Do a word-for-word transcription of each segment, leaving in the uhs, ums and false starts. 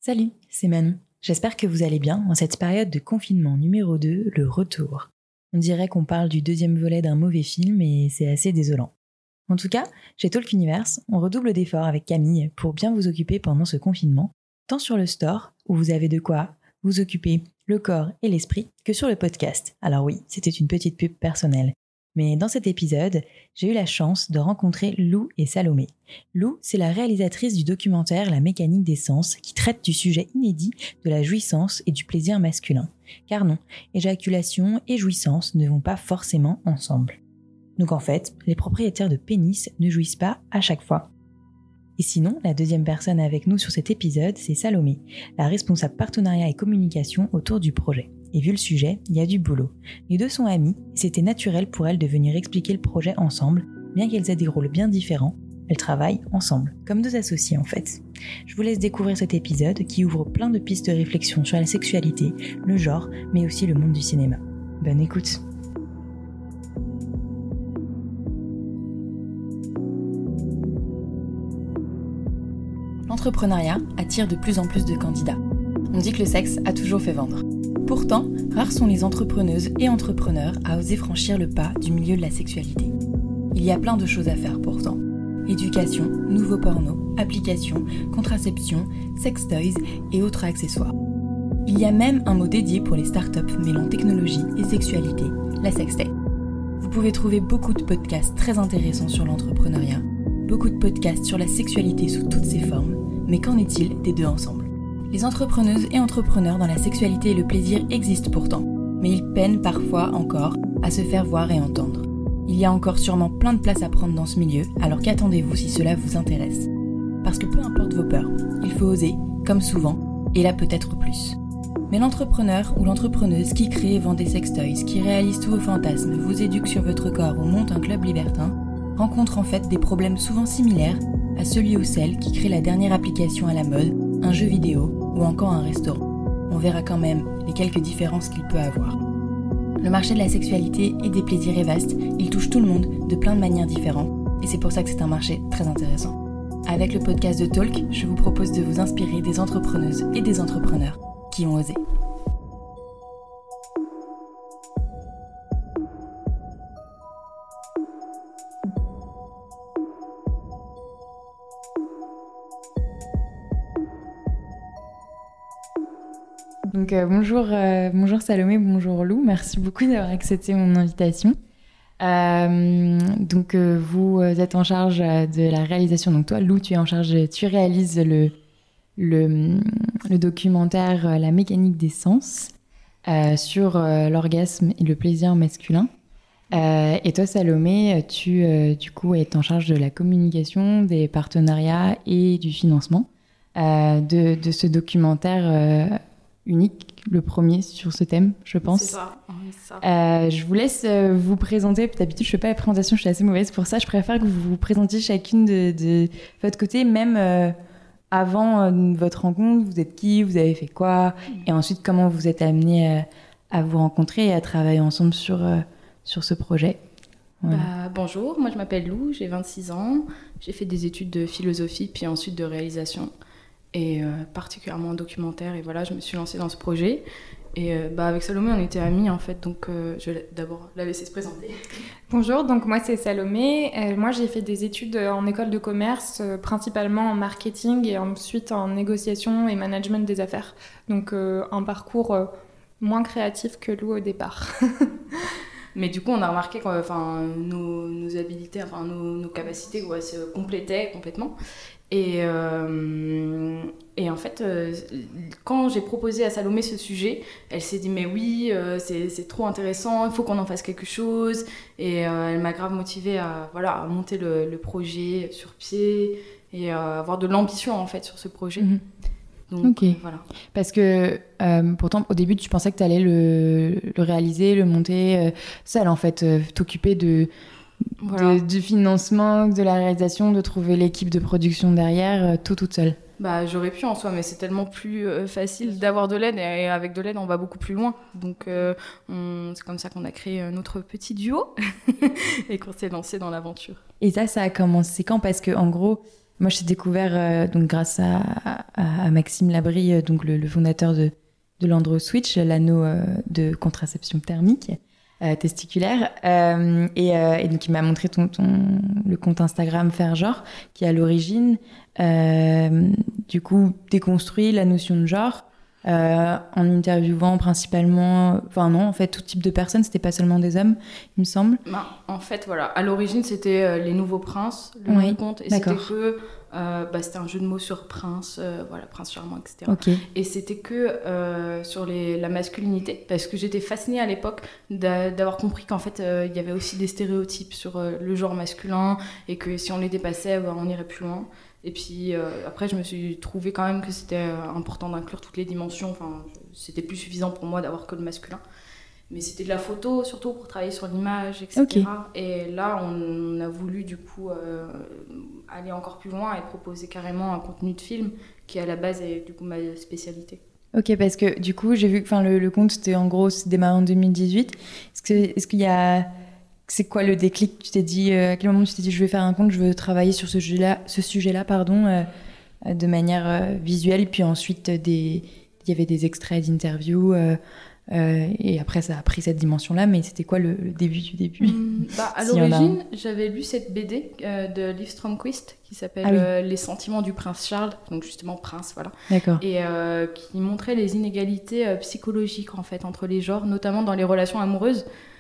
Salut, c'est Manon. J'espère que vous allez bien en cette période de confinement numéro deux, le retour. On dirait qu'on parle du deuxième volet d'un mauvais film et c'est assez désolant. En tout cas, chez Talk Universe, on redouble d'efforts avec Camille pour bien vous occuper pendant ce confinement, tant sur le store, où vous avez de quoi vous occuper le corps et l'esprit, que sur le podcast. Alors oui, c'était une petite pub personnelle. Mais dans cet épisode, j'ai eu la chance de rencontrer Lou et Salomé. Lou, c'est la réalisatrice du documentaire La mécanique des sens qui traite du sujet inédit de la jouissance et du plaisir masculin. Car non, éjaculation et jouissance ne vont pas forcément ensemble. Donc en fait, les propriétaires de pénis ne jouissent pas à chaque fois. Et sinon, la deuxième personne avec nous sur cet épisode, c'est Salomé, la responsable partenariat et communication autour du projet. Et vu le sujet, il y a du boulot. Les deux sont amies, et c'était naturel pour elles de venir expliquer le projet ensemble, bien qu'elles aient des rôles bien différents, elles travaillent ensemble, comme deux associés en fait. Je vous laisse découvrir cet épisode qui ouvre plein de pistes de réflexion sur la sexualité, le genre, mais aussi le monde du cinéma. Bonne écoute. L'entrepreneuriat attire de plus en plus de candidats. On dit que le sexe a toujours fait vendre. Pourtant, rares sont les entrepreneuses et entrepreneurs à oser franchir le pas du milieu de la sexualité. Il y a plein de choses à faire pourtant. Éducation, nouveaux pornos, applications, contraception, sex toys et autres accessoires. Il y a même un mot dédié pour les startups mêlant technologie et sexualité, la sextech. Vous pouvez trouver beaucoup de podcasts très intéressants sur l'entrepreneuriat, beaucoup de podcasts sur la sexualité sous toutes ses formes, mais qu'en est-il des deux ensemble ? Les entrepreneuses et entrepreneurs dans la sexualité et le plaisir existent pourtant, mais ils peinent parfois encore à se faire voir et entendre. Il y a encore sûrement plein de place à prendre dans ce milieu, alors qu'attendez-vous si cela vous intéresse ? Parce que peu importe vos peurs, il faut oser, comme souvent, et là peut-être plus. Mais l'entrepreneur ou l'entrepreneuse qui crée et vend des sextoys, qui réalise tous vos fantasmes, vous éduque sur votre corps ou monte un club libertin, rencontre en fait des problèmes souvent similaires à celui ou celle qui crée la dernière application à la mode, un jeu vidéo ou encore un restaurant. On verra quand même les quelques différences qu'il peut avoir. Le marché de la sexualité et des plaisirs est vaste, il touche tout le monde de plein de manières différentes et c'est pour ça que c'est un marché très intéressant. Avec le podcast de Talk, je vous propose de vous inspirer des entrepreneuses et des entrepreneurs qui ont osé. Donc euh, bonjour, euh, bonjour Salomé, bonjour Lou, merci beaucoup d'avoir accepté mon invitation. Euh, donc euh, vous êtes en charge de la réalisation, donc toi Lou tu es en charge, tu réalises le, le, le documentaire La mécanique des sens euh, sur euh, l'orgasme et le plaisir masculin. Euh, et toi Salomé, tu euh, du coup es en charge de la communication, des partenariats et du financement euh, de, de ce documentaire euh, unique, le premier sur ce thème, je pense. C'est ça. C'est ça. Euh, je vous laisse euh, vous présenter. D'habitude, je ne fais pas la présentation, je suis assez mauvaise pour ça. Je préfère que vous vous présentiez chacune de, de votre côté, même euh, avant euh, votre rencontre. Vous êtes qui ? Vous avez fait quoi ? Et ensuite, comment vous êtes amenés euh, à vous rencontrer et à travailler ensemble sur, euh, sur ce projet ? Voilà. Bah, bonjour, moi je m'appelle Lou, j'ai vingt-six ans. J'ai fait des études de philosophie, puis ensuite de réalisation. Et euh, particulièrement en documentaire, et voilà, je me suis lancée dans ce projet. Et euh, bah, avec Salomé, on était amis en fait, donc euh, je vais d'abord la laisser se présenter. Bonjour, donc moi c'est Salomé. Euh, moi j'ai fait des études en école de commerce, euh, principalement en marketing et ensuite en négociation et management des affaires. Donc euh, un parcours euh, moins créatif que Lou au départ. Mais du coup, on a remarqué que enfin, nos, nos habilités, enfin, nos, nos capacités ouais, se complétaient complètement. Et, euh, et en fait, euh, quand j'ai proposé à Salomé ce sujet, elle s'est dit « mais oui, euh, c'est, c'est trop intéressant, il faut qu'on en fasse quelque chose ». Et euh, elle m'a grave motivée à, voilà, à monter le, le projet sur pied et à avoir de l'ambition en fait sur ce projet. Mmh. Donc okay. Voilà. Parce que euh, pourtant au début tu pensais que tu allais le, le réaliser, le monter euh, seule en fait, euh, t'occuper de, voilà. de, du financement, de la réalisation, de trouver l'équipe de production derrière, euh, tout toute seule. Bah j'aurais pu en soi, mais c'est tellement plus euh, facile d'avoir de l'aide et avec de l'aide on va beaucoup plus loin. Donc euh, on, c'est comme ça qu'on a créé notre petit duo et qu'on s'est lancé dans l'aventure. Et ça, ça a commencé quand ? Parce que en gros Moi, je t'ai découvert euh, donc, grâce à, à, à Maxime Labrie, euh, donc le, le fondateur de, de l'Andro Switch, l'anneau euh, de contraception thermique euh, testiculaire. Euh, et, euh, et donc, il m'a montré ton, ton, le compte Instagram Faire Genre, qui à l'origine, euh, du coup, déconstruit la notion de genre. Euh, en interviewant principalement, enfin non, en fait, tout type de personnes, c'était pas seulement des hommes, il me semble. Bah, en fait, voilà, à l'origine, c'était euh, les nouveaux princes, le nom oui, du compte, et d'accord. c'était que, euh, bah, c'était un jeu de mots sur prince, euh, voilà, prince charmant, et cetera. Okay. Et c'était que euh, sur les, la masculinité, parce que j'étais fascinée à l'époque d'a, d'avoir compris qu'en fait, euh, il y avait aussi des stéréotypes sur euh, le genre masculin, et que si on les dépassait, bah, on irait plus loin. Et puis euh, après, je me suis trouvée quand même que c'était euh, important d'inclure toutes les dimensions. Enfin, je, c'était plus suffisant pour moi d'avoir que le masculin. Mais c'était de la photo, surtout pour travailler sur l'image, et cetera. Okay. Et là, on a voulu du coup euh, aller encore plus loin et proposer carrément un contenu de film qui, à la base, est du coup ma spécialité. Ok, parce que du coup, j'ai vu que le, le compte, c'était en gros, c'est démarré en deux mille dix-huit. Est-ce, que, est-ce qu'il y a... C'est quoi le déclic? Tu t'es dit, euh, à quel moment tu t'es dit je vais faire un compte, je veux travailler sur ce sujet-là, ce sujet-là pardon, euh, de manière euh, visuelle, puis ensuite des, il y avait des extraits d'interviews, euh, euh, et après ça a pris cette dimension-là, mais c'était quoi le, le début du début? mmh, bah, À si l'origine, a... j'avais lu cette B D euh, de Liv Strömquist qui s'appelle ah oui. euh, Les sentiments du prince Charles, donc justement prince, voilà. D'accord. Et euh, qui montrait les inégalités euh, psychologiques en fait entre les genres, notamment dans les relations amoureuses.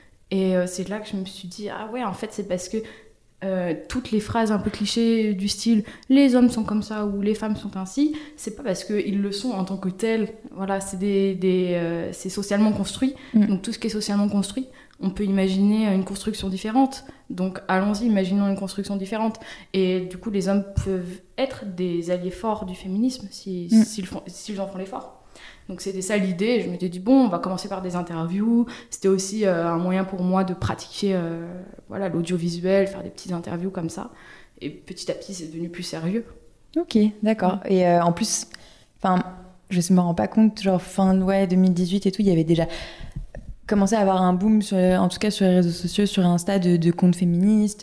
Et euh, c'est là que je me suis dit, ah ouais, en fait, c'est parce que euh, toutes les phrases un peu clichés du style « les hommes sont comme ça » ou « les femmes sont ainsi », c'est pas parce qu'ils le sont en tant que tels. Voilà, c'est, des, des, euh, c'est socialement construit. Mm. Donc tout ce qui est socialement construit, on peut imaginer une construction différente. Donc allons-y, imaginons une construction différente. Et du coup, les hommes peuvent être des alliés forts du féminisme si, mm. s'ils, font, s'ils en font l'effort. Donc c'était ça l'idée, je m'étais dit bon, on va commencer par des interviews, c'était aussi euh, un moyen pour moi de pratiquer euh, voilà, l'audiovisuel, faire des petites interviews comme ça, et petit à petit c'est devenu plus sérieux. Ok, d'accord, et euh, en plus, enfin, je ne me rends pas compte, genre fin ouais, deux mille dix-huit et tout, il y avait déjà commencé à avoir un boom, sur, en tout cas sur les réseaux sociaux, sur Insta, de, de comptes féministes.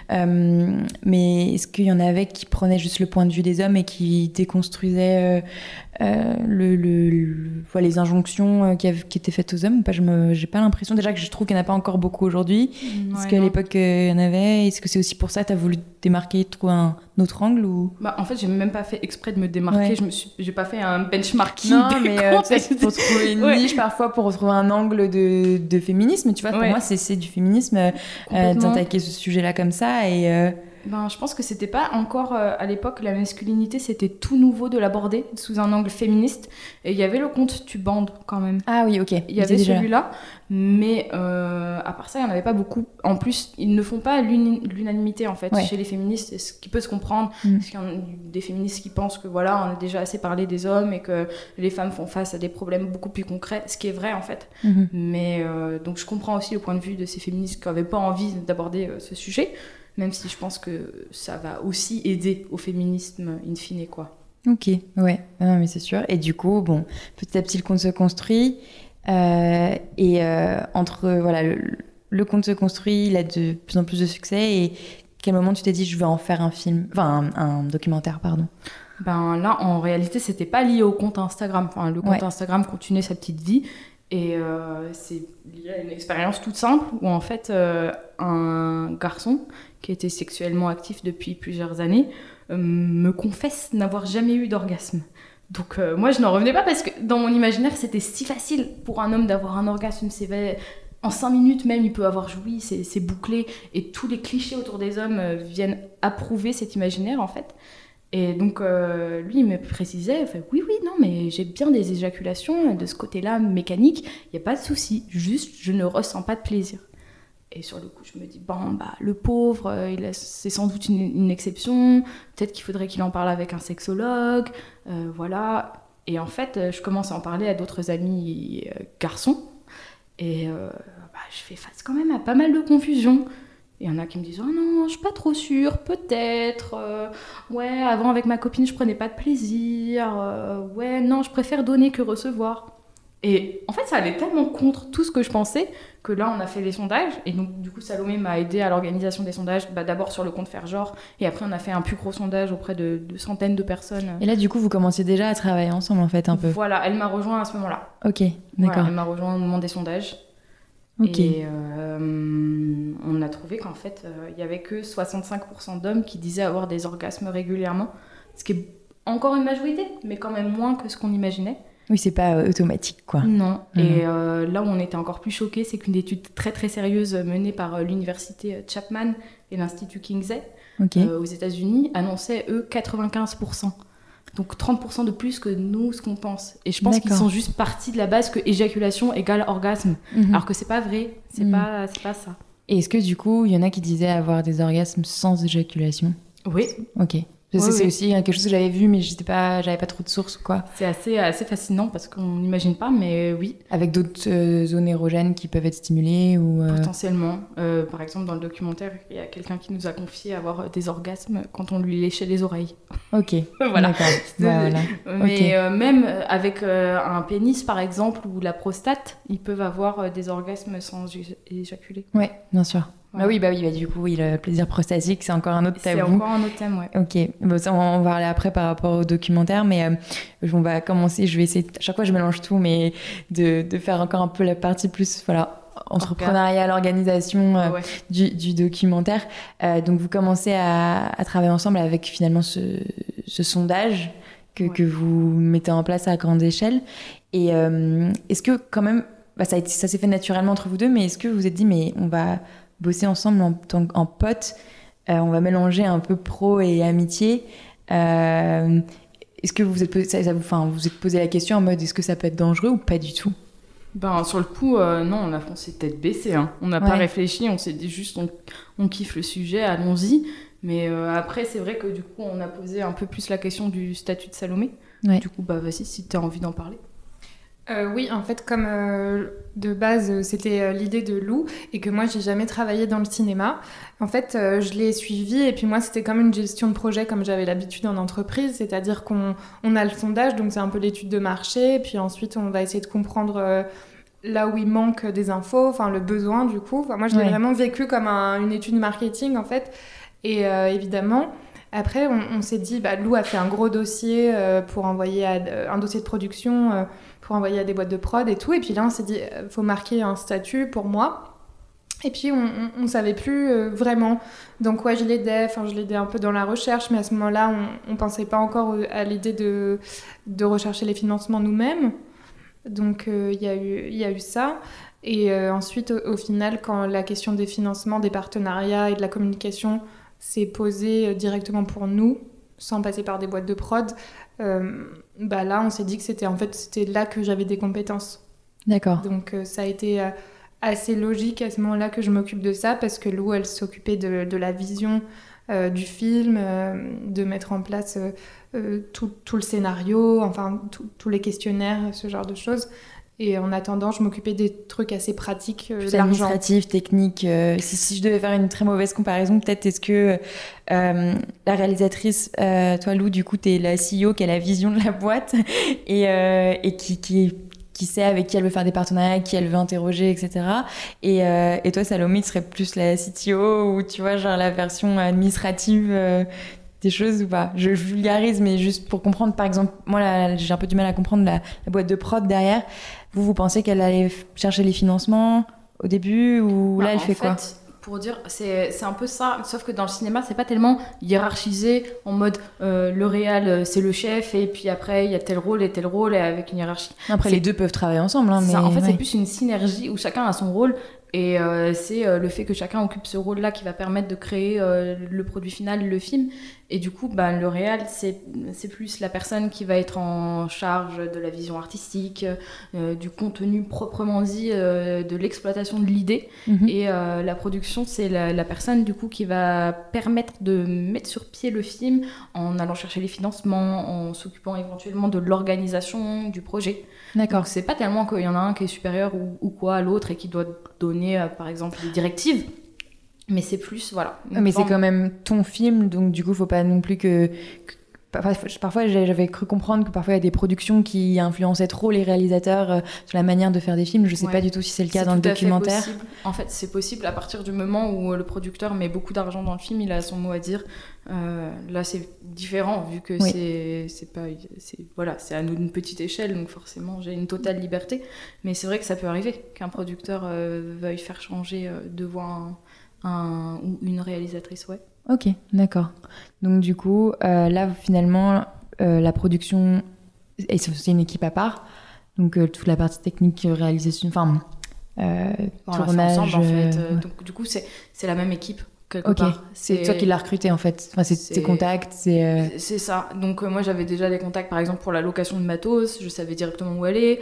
Euh, mais est-ce qu'il y en avait qui prenaient juste le point de vue des hommes et qui déconstruisaient euh, euh, le, le, le, voilà, les injonctions qui, avaient, qui étaient faites aux hommes? Pas, je n'ai pas l'impression. Déjà que je trouve qu'il n'y en a pas encore beaucoup aujourd'hui. Ouais, est-ce qu'à non. l'époque, euh, il y en avait? Est-ce que c'est aussi pour ça que tu as voulu te démarquer, trouver un autre angle ou... bah, en fait, je n'ai même pas fait exprès de me démarquer. Ouais. Je n'ai pas fait un benchmarking. Non, mais euh, peut-être pour trouver une ouais. niche, parfois, pour retrouver un angle de, de féminisme. Tu vois, pour ouais. moi, c'est, c'est du féminisme euh, d'attaquer ce sujet-là comme ça. Et... Euh... Ben, je pense que c'était pas encore euh, à l'époque, la masculinité, c'était tout nouveau de l'aborder sous un angle féministe. Et il y avait le compte Tu bandes quand même. Ah oui, ok. Il y avait celui-là, mais euh, à part ça, il n'y en avait pas beaucoup. En plus, ils ne font pas l'uni- l'unanimité en fait ouais. chez les féministes, ce qui peut se comprendre. Mm. Parce qu'il y a des féministes qui pensent que voilà, on a déjà assez parlé des hommes et que les femmes font face à des problèmes beaucoup plus concrets, ce qui est vrai en fait. Mm-hmm. Mais euh, donc je comprends aussi le point de vue de ces féministes qui n'avaient pas envie d'aborder euh, ce sujet. Même si je pense que ça va aussi aider au féminisme in fine, quoi. Ok, ouais, non, mais c'est sûr. Et du coup, bon, petit à petit, le compte se construit. Euh, et euh, entre, voilà, le, le compte se construit, il a de plus en plus de succès. Et à quel moment tu t'es dit, je vais en faire un film, enfin, un, un documentaire, pardon? Ben là, en réalité, c'était pas lié au compte Instagram. Enfin, le compte ouais. Instagram continuait sa petite vie. Et euh, c'est lié à une expérience toute simple où en fait euh, un garçon qui était sexuellement actif depuis plusieurs années euh, me confesse n'avoir jamais eu d'orgasme. Donc euh, moi je n'en revenais pas parce que dans mon imaginaire c'était si facile pour un homme d'avoir un orgasme. C'est en cinq minutes même il peut avoir joui, c'est, c'est bouclé et tous les clichés autour des hommes euh, viennent approuver cet imaginaire en fait. Et donc, euh, lui, il me précisait, enfin, oui, oui, non, mais j'ai bien des éjaculations de ce côté-là mécanique, il n'y a pas de souci, juste, je ne ressens pas de plaisir. Et sur le coup, je me dis, bon, bah, le pauvre, euh, il a, c'est sans doute une, une exception, peut-être qu'il faudrait qu'il en parle avec un sexologue, euh, voilà. Et en fait, je commence à en parler à d'autres amis euh, garçons, et euh, bah, je fais face quand même à pas mal de confusion. Il y en a qui me disent « Oh non, je suis pas trop sûre, peut-être. Euh, ouais, avant, avec ma copine, je prenais pas de plaisir. Euh, ouais, non, je préfère donner que recevoir. » Et en fait, ça allait tellement contre tout ce que je pensais que là, on a fait les sondages. Et donc, du coup, Salomé m'a aidé à l'organisation des sondages, bah, d'abord sur le compte Faire Genre. Et après, on a fait un plus gros sondage auprès de, de centaines de personnes. Et là, du coup, vous commenciez déjà à travailler ensemble, en fait, un peu. Voilà, elle m'a rejoint à ce moment-là. Ok, d'accord. Voilà, elle m'a rejoint au moment des sondages. Ok. Et euh, on a trouvé qu'en fait, il euh, n'y avait que soixante-cinq pour cent d'hommes qui disaient avoir des orgasmes régulièrement. Ce qui est encore une majorité, mais quand même moins que ce qu'on imaginait. Oui, c'est pas euh, automatique, quoi. Non. Mmh. Et euh, là où on était encore plus choqués, c'est qu'une étude très très sérieuse menée par euh, l'université Chapman et l'Institut Kinsey okay. euh, aux États-Unis annonçait, eux, quatre-vingt-quinze pour cent. Donc trente pour cent de plus que nous, ce qu'on pense. Et je pense D'accord. qu'ils sont juste partis de la base que éjaculation égale orgasme. Mmh. Alors que c'est pas vrai. C'est, mmh. pas, c'est pas ça. Et est-ce que du coup, il y en a qui disaient avoir des orgasmes sans éjaculation ? Oui. Ok. Oui, c'est oui. aussi quelque chose que j'avais vu, mais j'étais pas, j'avais pas trop de sources, quoi. C'est assez, assez fascinant parce qu'on n'imagine pas, mais oui. Avec d'autres euh, zones érogènes qui peuvent être stimulées ou euh... Potentiellement. Euh, par exemple, dans le documentaire, il y a quelqu'un qui nous a confié avoir des orgasmes quand on lui léchait les oreilles. Ok. Voilà. D'accord. Ouais, voilà. Mais okay. euh, même avec euh, un pénis, par exemple, ou la prostate, ils peuvent avoir euh, des orgasmes sans éjaculer. Ouais, bien sûr. Bah oui, bah oui, bah du coup, oui, le plaisir prostatique, c'est encore un autre tabou. C'est encore un autre thème, ouais. Ok, bon, ça, on va parler après par rapport au documentaire, mais euh, on va commencer, je vais essayer, à chaque fois je mélange tout, mais de, de faire encore un peu la partie plus, voilà, entrepreneuriale, organisation euh, ouais. du, du documentaire. Euh, donc vous commencez à, à travailler ensemble avec finalement ce, ce sondage que, ouais. que vous mettez en place à grande échelle. Et euh, est-ce que quand même, bah, ça, a été, ça s'est fait naturellement entre vous deux, mais est-ce que vous vous êtes dit, mais on va bosser ensemble en, en, en potes, euh, on va mélanger un peu pro et amitié. Euh, est-ce que vous vous êtes posé, ça, ça vous, enfin, vous êtes posé la question en mode est-ce que ça peut être dangereux ou pas du tout ? Ben, sur le coup, euh, non, on a foncé tête baissée. Hein. On n'a ouais. pas réfléchi, on s'est dit juste on, on kiffe le sujet, allons-y. Mais euh, après, c'est vrai que du coup, on a posé un peu plus la question du statut de Salomé. Ouais. Du coup, bah vas-y, si tu as envie d'en parler. Euh, oui, en fait, comme euh, de base, c'était euh, l'idée de Lou et que moi, j'ai jamais travaillé dans le cinéma. En fait, euh, je l'ai suivi et puis moi, c'était comme une gestion de projet comme j'avais l'habitude en entreprise, c'est-à-dire qu'on on a le sondage, donc c'est un peu l'étude de marché, puis ensuite, on va essayer de comprendre euh, là où il manque des infos, enfin le besoin du coup. Enfin, moi, je l'ai ouais. vraiment vécu comme un, une étude marketing en fait. Et euh, évidemment, après, on, on s'est dit, bah, Lou a fait un gros dossier euh, pour envoyer à, euh, un dossier de production. Euh, pour envoyer à des boîtes de prod et tout. Et puis là, on s'est dit, il faut marquer un statut pour moi. Et puis, on ne savait plus euh, vraiment. Donc, ouais, je l'aidais. Enfin, je l'aidais un peu dans la recherche. Mais à ce moment-là, on ne pensait pas encore à l'idée de, de rechercher les financements nous-mêmes. Donc, il euh, y, y a eu ça. Et euh, ensuite, au, au final, quand la question des financements, des partenariats et de la communication s'est posée euh, directement pour nous, sans passer par des boîtes de prod, euh, bah là on s'est dit que c'était en fait c'était là que j'avais des compétences. D'accord. Donc euh, ça a été euh, assez logique à ce moment-là que je m'occupe de ça parce que Lou elle s'occupait de, de la vision euh, du film, euh, de mettre en place euh, euh, tout, tout le scénario, enfin tous les questionnaires, ce genre de choses. Et en attendant, je m'occupais des trucs assez pratiques, euh, administratifs, techniques. Euh, si, si je devais faire une très mauvaise comparaison, peut-être est-ce que euh, la réalisatrice, euh, toi Lou, du coup, t'es la C E O qui a la vision de la boîte et, euh, et qui, qui, qui sait avec qui elle veut faire des partenariats, qui elle veut interroger, et cetera. Et, euh, et toi, Salomé, tu serais plus la C T O ou tu vois, genre la version administrative euh, des choses ou pas ? Je vulgarise, mais juste pour comprendre, par exemple, moi là, j'ai un peu du mal à comprendre la, la boîte de prod derrière. Vous, vous pensez qu'elle allait chercher les financements au début ou bah, là, elle fait, fait quoi ? Pour dire, c'est, c'est un peu ça, sauf que dans le cinéma, c'est pas tellement hiérarchisé en mode euh, le réal, c'est le chef, et puis après, il y a tel rôle et tel rôle, et avec une hiérarchie. Après, c'est... les deux peuvent travailler ensemble. Hein, mais... ça, en fait, ouais. c'est plus une synergie où chacun a son rôle. Et euh, c'est euh, le fait que chacun occupe ce rôle-là qui va permettre de créer euh, le produit final, le film. Et du coup, bah, le réal, c'est, c'est plus la personne qui va être en charge de la vision artistique, euh, du contenu proprement dit, euh, de l'exploitation de l'idée. Mm-hmm. Et euh, la production, c'est la, la personne du coup qui va permettre de mettre sur pied le film en allant chercher les financements, en s'occupant éventuellement de l'organisation du projet. D'accord. Donc c'est pas tellement qu'il y en a un qui est supérieur ou, ou quoi à l'autre et qui doit donner euh, par exemple des directives, mais c'est plus voilà. Mais forme... c'est quand même ton film, donc du coup faut pas non plus que, que Parfois, j'avais cru comprendre que parfois il y a des productions qui influençaient trop les réalisateurs euh, sur la manière de faire des films. Je sais ouais. pas du tout si c'est le cas c'est dans le documentaire. En fait, c'est possible à partir du moment où le producteur met beaucoup d'argent dans le film, il a son mot à dire. Euh, là, c'est différent vu que oui. c'est, c'est pas, c'est, voilà, c'est à une petite échelle, donc forcément, j'ai une totale liberté. Mais c'est vrai que ça peut arriver qu'un producteur euh, veuille faire changer euh, devant un, un ou une réalisatrice, ouais. Ok, d'accord. Donc du coup, euh, là finalement, euh, la production, et c'est une équipe à part, donc euh, toute la partie technique, réalisation, enfin, euh, tournage. Ensemble, en fait. Euh, ouais. Donc du coup, c'est c'est la même équipe quelque okay. part. C'est, c'est toi qui l'as recruté en fait. Enfin, c'est, c'est tes contacts, c'est. Euh... C'est ça. Donc euh, moi, j'avais déjà des contacts, par exemple pour la location de matos, je savais directement où aller.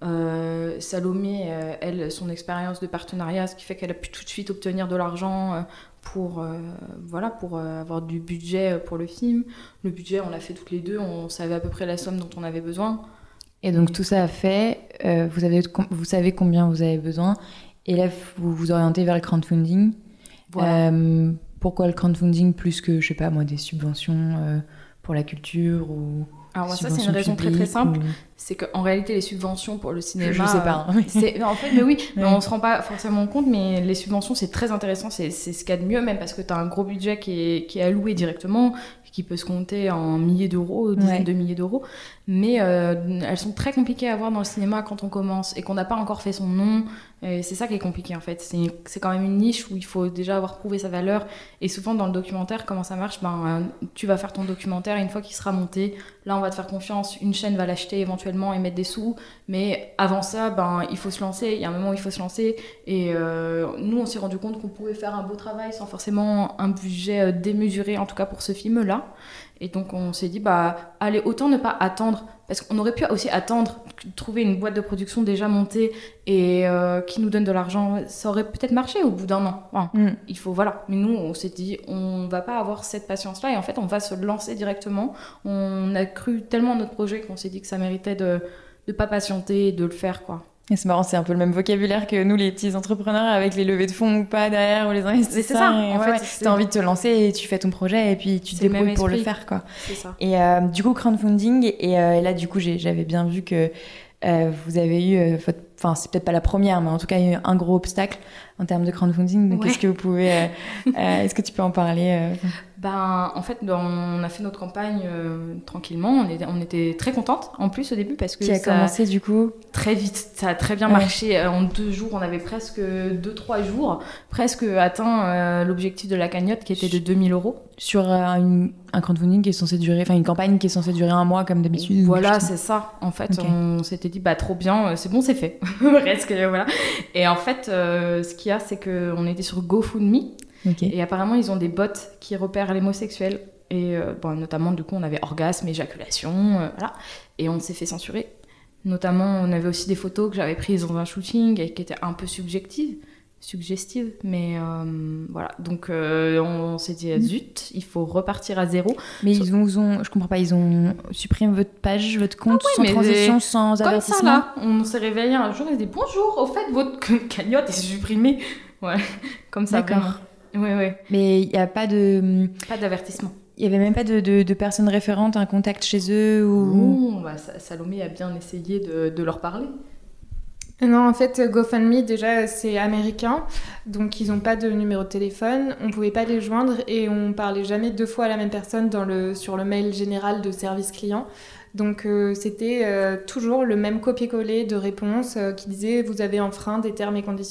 Euh, Salomé, euh, elle, son expérience de partenariat, ce qui fait qu'elle a pu tout de suite obtenir de l'argent. Euh, pour euh, voilà pour euh, avoir du budget pour le film. Le budget, on l'a fait toutes les deux, on savait à peu près la somme dont on avait besoin. Et donc tout ça a fait, euh, vous avez vous savez combien vous avez besoin, et là vous vous orientez vers le crowdfunding. Voilà. Euh, pourquoi le crowdfunding plus que je sais pas moi des subventions euh, pour la culture ou Alors moi, ça c'est une raison très très simple, ou... c'est qu'en réalité les subventions pour le cinéma, je, je sais pas. Hein. C'est, en fait, mais oui, ouais. mais on se rend pas forcément compte, mais les subventions c'est très intéressant, c'est, c'est ce qu'il y a de mieux, même parce que tu as un gros budget qui est, qui est alloué directement, qui peut se compter en milliers d'euros, dizaines ouais. de milliers d'euros, mais euh, elles sont très compliquées à avoir dans le cinéma quand on commence et qu'on n'a pas encore fait son nom. Et c'est ça qui est compliqué en fait, c'est, c'est quand même une niche où il faut déjà avoir prouvé sa valeur, et souvent dans le documentaire, comment ça marche, ben, euh, tu vas faire ton documentaire, et une fois qu'il sera monté, là on va te faire confiance, une chaîne va l'acheter éventuellement et mettre des sous, mais avant ça, ben, il faut se lancer, il y a un moment où il faut se lancer, et euh, nous on s'est rendu compte qu'on pouvait faire un beau travail sans forcément un budget démesuré, en tout cas pour ce film-là. Et donc on s'est dit, bah, allez, autant ne pas attendre, parce qu'on aurait pu aussi attendre, trouver une boîte de production déjà montée et euh, qui nous donne de l'argent, ça aurait peut-être marché au bout d'un an. Enfin, mm. Il faut, voilà. Mais nous, on s'est dit, on va pas avoir cette patience-là, et en fait, on va se lancer directement. On a cru tellement en notre projet qu'on s'est dit que ça méritait de ne pas patienter et de le faire, quoi. Et c'est marrant, c'est un peu le même vocabulaire que nous, les petits entrepreneurs, avec les levées de fonds ou pas derrière, ou les investisseurs. C'est ça, en ouais, fait. Ouais. T'as envie de te lancer et tu fais ton projet et puis tu te débrouilles pour le faire, quoi. C'est ça. Et euh, du coup, crowdfunding, et, euh, et là, du coup, j'ai, j'avais bien vu que euh, vous avez eu, euh, votre... enfin, c'est peut-être pas la première, mais en tout cas, il y a eu un gros obstacle en termes de crowdfunding. Donc, ouais. Est-ce que vous pouvez, euh, euh, est-ce que tu peux en parler euh... Ben, en fait, dans, on a fait notre campagne euh, tranquillement. On était, on était très contentes en plus au début parce que qui a ça commencé du coup très vite. Ça a très bien ouais. marché. En deux jours, on avait presque deux, trois jours, presque atteint euh, l'objectif de la cagnotte qui était de deux mille euros. Sur euh, une, un crowdfunding qui est censé durer, enfin une campagne qui est censée durer un mois comme d'habitude. Voilà, c'est ça. En fait, okay. on s'était dit bah trop bien, c'est bon, c'est fait. Presque, voilà. Et en fait, euh, ce qu'il y a, c'est que on était sur GoFundMe. Okay. Et apparemment, ils ont des bots qui repèrent les mots sexuels. Et euh, bon, notamment, du coup, on avait orgasme, éjaculation, euh, voilà. Et on s'est fait censurer. Notamment, on avait aussi des photos que j'avais prises dans un shooting et qui étaient un peu subjectives, suggestives. Mais euh, voilà. Donc, euh, on, on s'est dit, zut, il faut repartir à zéro. Mais ils vous ont, je comprends pas, ils ont supprimé votre page, votre compte, ah ouais, sans transition, des... sans Comme avertissement. Comme ça, là, on s'est réveillé un jour et dit, bonjour, au fait, votre cagnotte est supprimée. Ouais, comme ça. D'accord. Vraiment. Oui, oui. Mais il n'y a pas de... Pas d'avertissement. Il n'y avait même pas de, de, de personnes référentes, un contact chez eux ou... Non, bah, Salomé a bien essayé de, de leur parler. Non, en fait, GoFundMe, déjà, c'est américain, donc ils n'ont pas de numéro de téléphone, on ne pouvait pas les joindre et on ne parlait jamais deux fois à la même personne dans le, sur le mail général de service client. Donc euh, c'était euh, toujours le même copier-coller de réponse euh, qui disait « Vous avez enfreint des termes et conditions ».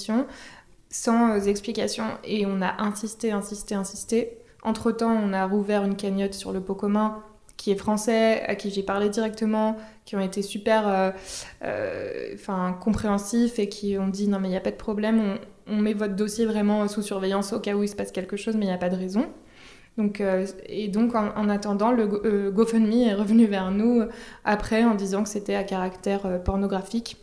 Sans explication, et on a insisté, insisté, insisté. Entre-temps, on a rouvert une cagnotte sur le pot commun qui est français, à qui j'ai parlé directement, qui ont été super euh, euh, compréhensifs et qui ont dit « Non, mais il n'y a pas de problème, on, on met votre dossier vraiment sous surveillance au cas où il se passe quelque chose, mais il n'y a pas de raison. » Donc, euh, et donc, en, en attendant, le euh, GoFundMe est revenu vers nous après en disant que c'était à caractère euh, pornographique.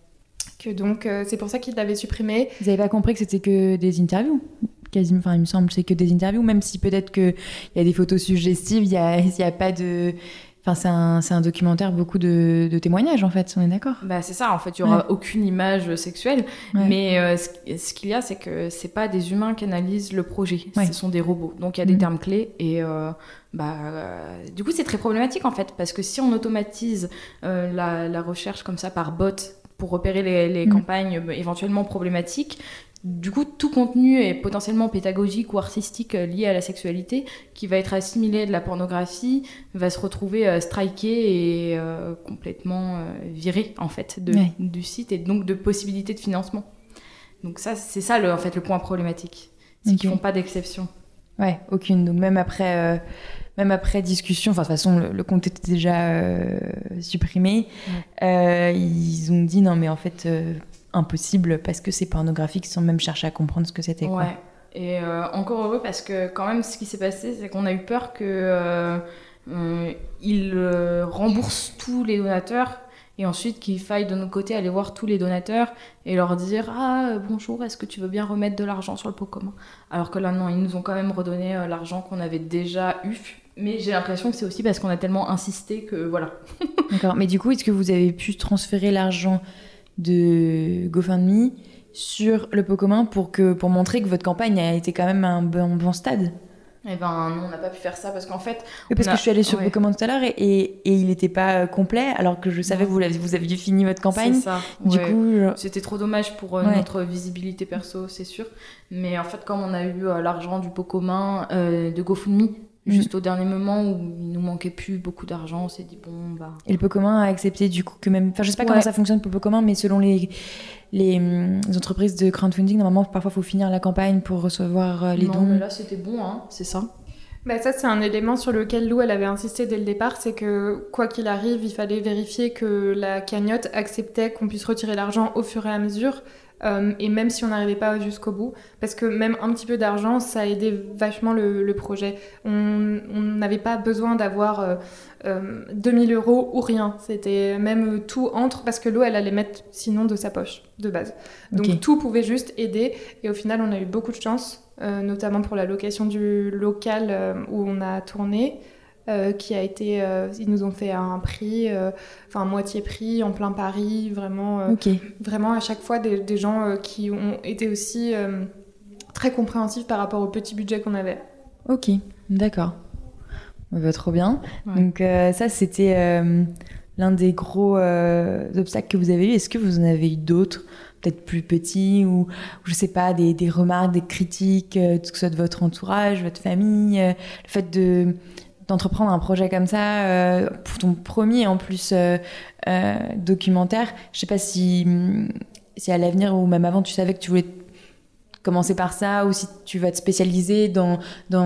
Que donc, euh, c'est pour ça qu'ils l'avaient supprimé. Vous n'avez pas compris que c'était que des interviews quasiment, enfin, il me semble, c'est que des interviews, même si peut-être qu'il y a des photos suggestives, il n'y a, y a pas de... Enfin, c'est un, c'est un documentaire, beaucoup de, de témoignages, en fait, on est d'accord? Bah, c'est ça, en fait, il n'y aura Ouais. aucune image sexuelle, Ouais. mais euh, ce, ce qu'il y a, c'est que c'est pas des humains qui analysent le projet, Ouais. ce sont des robots. Donc il y a des Mhm. termes clés, et euh, bah, euh, du coup, c'est très problématique, en fait, parce que si on automatise euh, la, la recherche comme ça par bot pour repérer les, les Mhm. campagnes euh, éventuellement problématiques, du coup, tout contenu est potentiellement pédagogique ou artistique euh, lié à la sexualité qui va être assimilé de la pornographie, va se retrouver euh, striké et euh, complètement euh, viré en fait de, Ouais. du site et donc de possibilités de financement. Donc ça, c'est ça le, en fait le point problématique, c'est Ok. qu'ils font pas d'exception. Ouais, aucune. Donc même après, euh, même après discussion, enfin de toute façon le, le compte était déjà euh, supprimé. Euh, ils ont dit non mais en fait euh, impossible parce que c'est pornographique sans même chercher à comprendre ce que c'était. Quoi. Ouais. Et euh, encore heureux parce que quand même ce qui s'est passé, c'est qu'on a eu peur que euh, euh, ils euh, remboursent tous les donateurs. Et ensuite qu'il faille de notre côté aller voir tous les donateurs et leur dire « Ah, bonjour, est-ce que tu veux bien remettre de l'argent sur le pot commun ?» Alors que là, non, ils nous ont quand même redonné euh, l'argent qu'on avait déjà eu. Mais j'ai l'impression que c'est aussi parce qu'on a tellement insisté que voilà. D'accord. Mais du coup, est-ce que vous avez pu transférer l'argent de GoFundMe sur le pot commun pour, que, pour montrer que votre campagne a été quand même à un bon, bon stade? Eh ben non, on n'a pas pu faire ça parce qu'en fait... Oui, parce on que a- je suis allée sur ouais. le pot commun tout à l'heure et, et, et il n'était pas euh, complet alors que je savais Non. que vous, l'aviez- vous aviez fini votre campagne. C'est ça. Du ouais. coup, je- C'était trop dommage pour euh, Ouais. notre visibilité perso, c'est sûr. Mais en fait, comme on a eu euh, l'argent du pot commun euh, de GoFundMe, Mm. juste au dernier moment où il nous manquait plus beaucoup d'argent, on s'est dit bon, bah... Et le pot commun a accepté du coup que même... Enfin, je sais pas Ouais. comment ça fonctionne pour le pot commun, mais selon les, les, hum, les entreprises de crowdfunding, normalement, parfois, il faut finir la campagne pour recevoir euh, les non, dons. mais là, c'était bon, hein, c'est ça. Bah ça, c'est un élément sur lequel Lou, elle avait insisté dès le départ, c'est que quoi qu'il arrive, il fallait vérifier que la cagnotte acceptait qu'on puisse retirer l'argent au fur et à mesure, euh, et même si on n'arrivait pas jusqu'au bout, parce que même un petit peu d'argent, ça aidait vachement le, le projet. On on n'avait pas besoin d'avoir euh, euh, deux mille euros ou rien, c'était même tout entre, parce que Lou, elle allait mettre sinon de sa poche, de base. Donc Ok. tout pouvait juste aider, et au final, on a eu beaucoup de chance. Euh, notamment pour la location du local euh, où on a tourné, euh, qui a été, euh, ils nous ont fait un prix, euh, enfin moitié prix en plein Paris, vraiment, euh, Ok. vraiment à chaque fois des, des gens euh, qui ont été aussi euh, très compréhensifs par rapport au petit budget qu'on avait. Ok. D'accord. Bah, trop bien. Ouais. Donc euh, ça, c'était euh, l'un des gros euh, obstacles que vous avez eu. Est-ce que vous en avez eu d'autres, peut-être plus petits, ou je sais pas, des, des remarques, des critiques, euh, que ce soit de votre entourage, votre famille, euh, le fait de d'entreprendre un projet comme ça, euh, pour ton premier en plus euh, euh, documentaire. Je sais pas si, si à l'avenir ou même avant tu savais que tu voulais commencer par ça, ou si tu vas te spécialiser dans,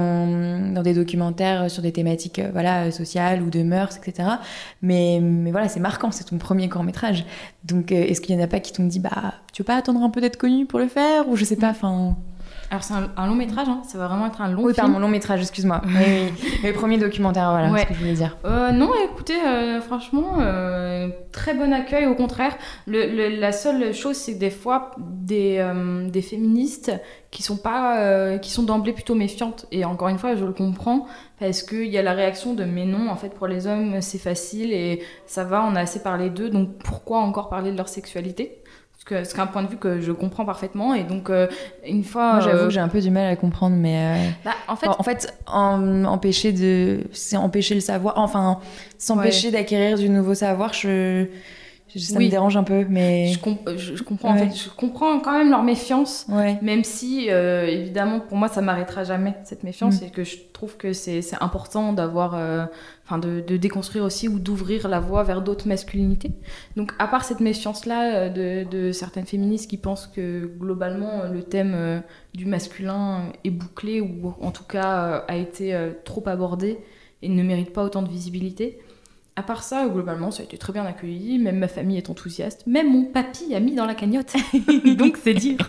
dans, dans des documentaires sur des thématiques euh, voilà, sociales ou de mœurs, et cetera. Mais, mais voilà, c'est marquant, c'est ton premier court-métrage. Donc, euh, est-ce qu'il y en a pas qui t'ont dit, bah, tu veux pas attendre un peu d'être connu pour le faire, ou je sais pas, enfin... Alors c'est un, un long métrage, hein, ça va vraiment être un long Oui, film. pardon, long métrage, excuse-moi. Oui, oui. Le premier documentaire, voilà, Ouais. c'est ce que je voulais dire. Euh, non, écoutez, euh, franchement, euh, très bon accueil, au contraire. Le, le- la seule chose, c'est que des fois, des, euh, des féministes qui sont, pas, euh, qui sont d'emblée plutôt méfiantes, et encore une fois, je le comprends, parce qu'il y a la réaction de « mais non, en fait, pour les hommes, c'est facile, et ça va, on a assez parlé d'eux, donc pourquoi encore parler de leur sexualité ?» Parce que c'est un point de vue que je comprends parfaitement, et donc, euh, une fois... Moi, j'avoue euh, que j'ai un peu du mal à comprendre, mais... euh, bah, en fait, En fait, en- empêcher de, c'est empêcher le savoir. Enfin, s'empêcher d'acquérir du nouveau savoir, je, je- ça Oui. me dérange un peu, mais je, comp- je, je comprends, Ouais. en fait, je comprends quand même leur méfiance. ouais, Même si, euh, évidemment, pour moi, ça m'arrêtera jamais, cette méfiance, Mm. et que je trouve que c'est c'est important d'avoir, euh, enfin, de, de déconstruire aussi ou d'ouvrir la voie vers d'autres masculinités. Donc, à part cette méfiance-là euh, de, de certaines féministes qui pensent que, globalement, euh, le thème euh, du masculin est bouclé, ou en tout cas euh, a été euh, trop abordé et ne mérite pas autant de visibilité. À part ça, globalement, ça a été très bien accueilli. Même ma famille est enthousiaste. Même mon papy a mis dans la cagnotte. Donc, c'est dire.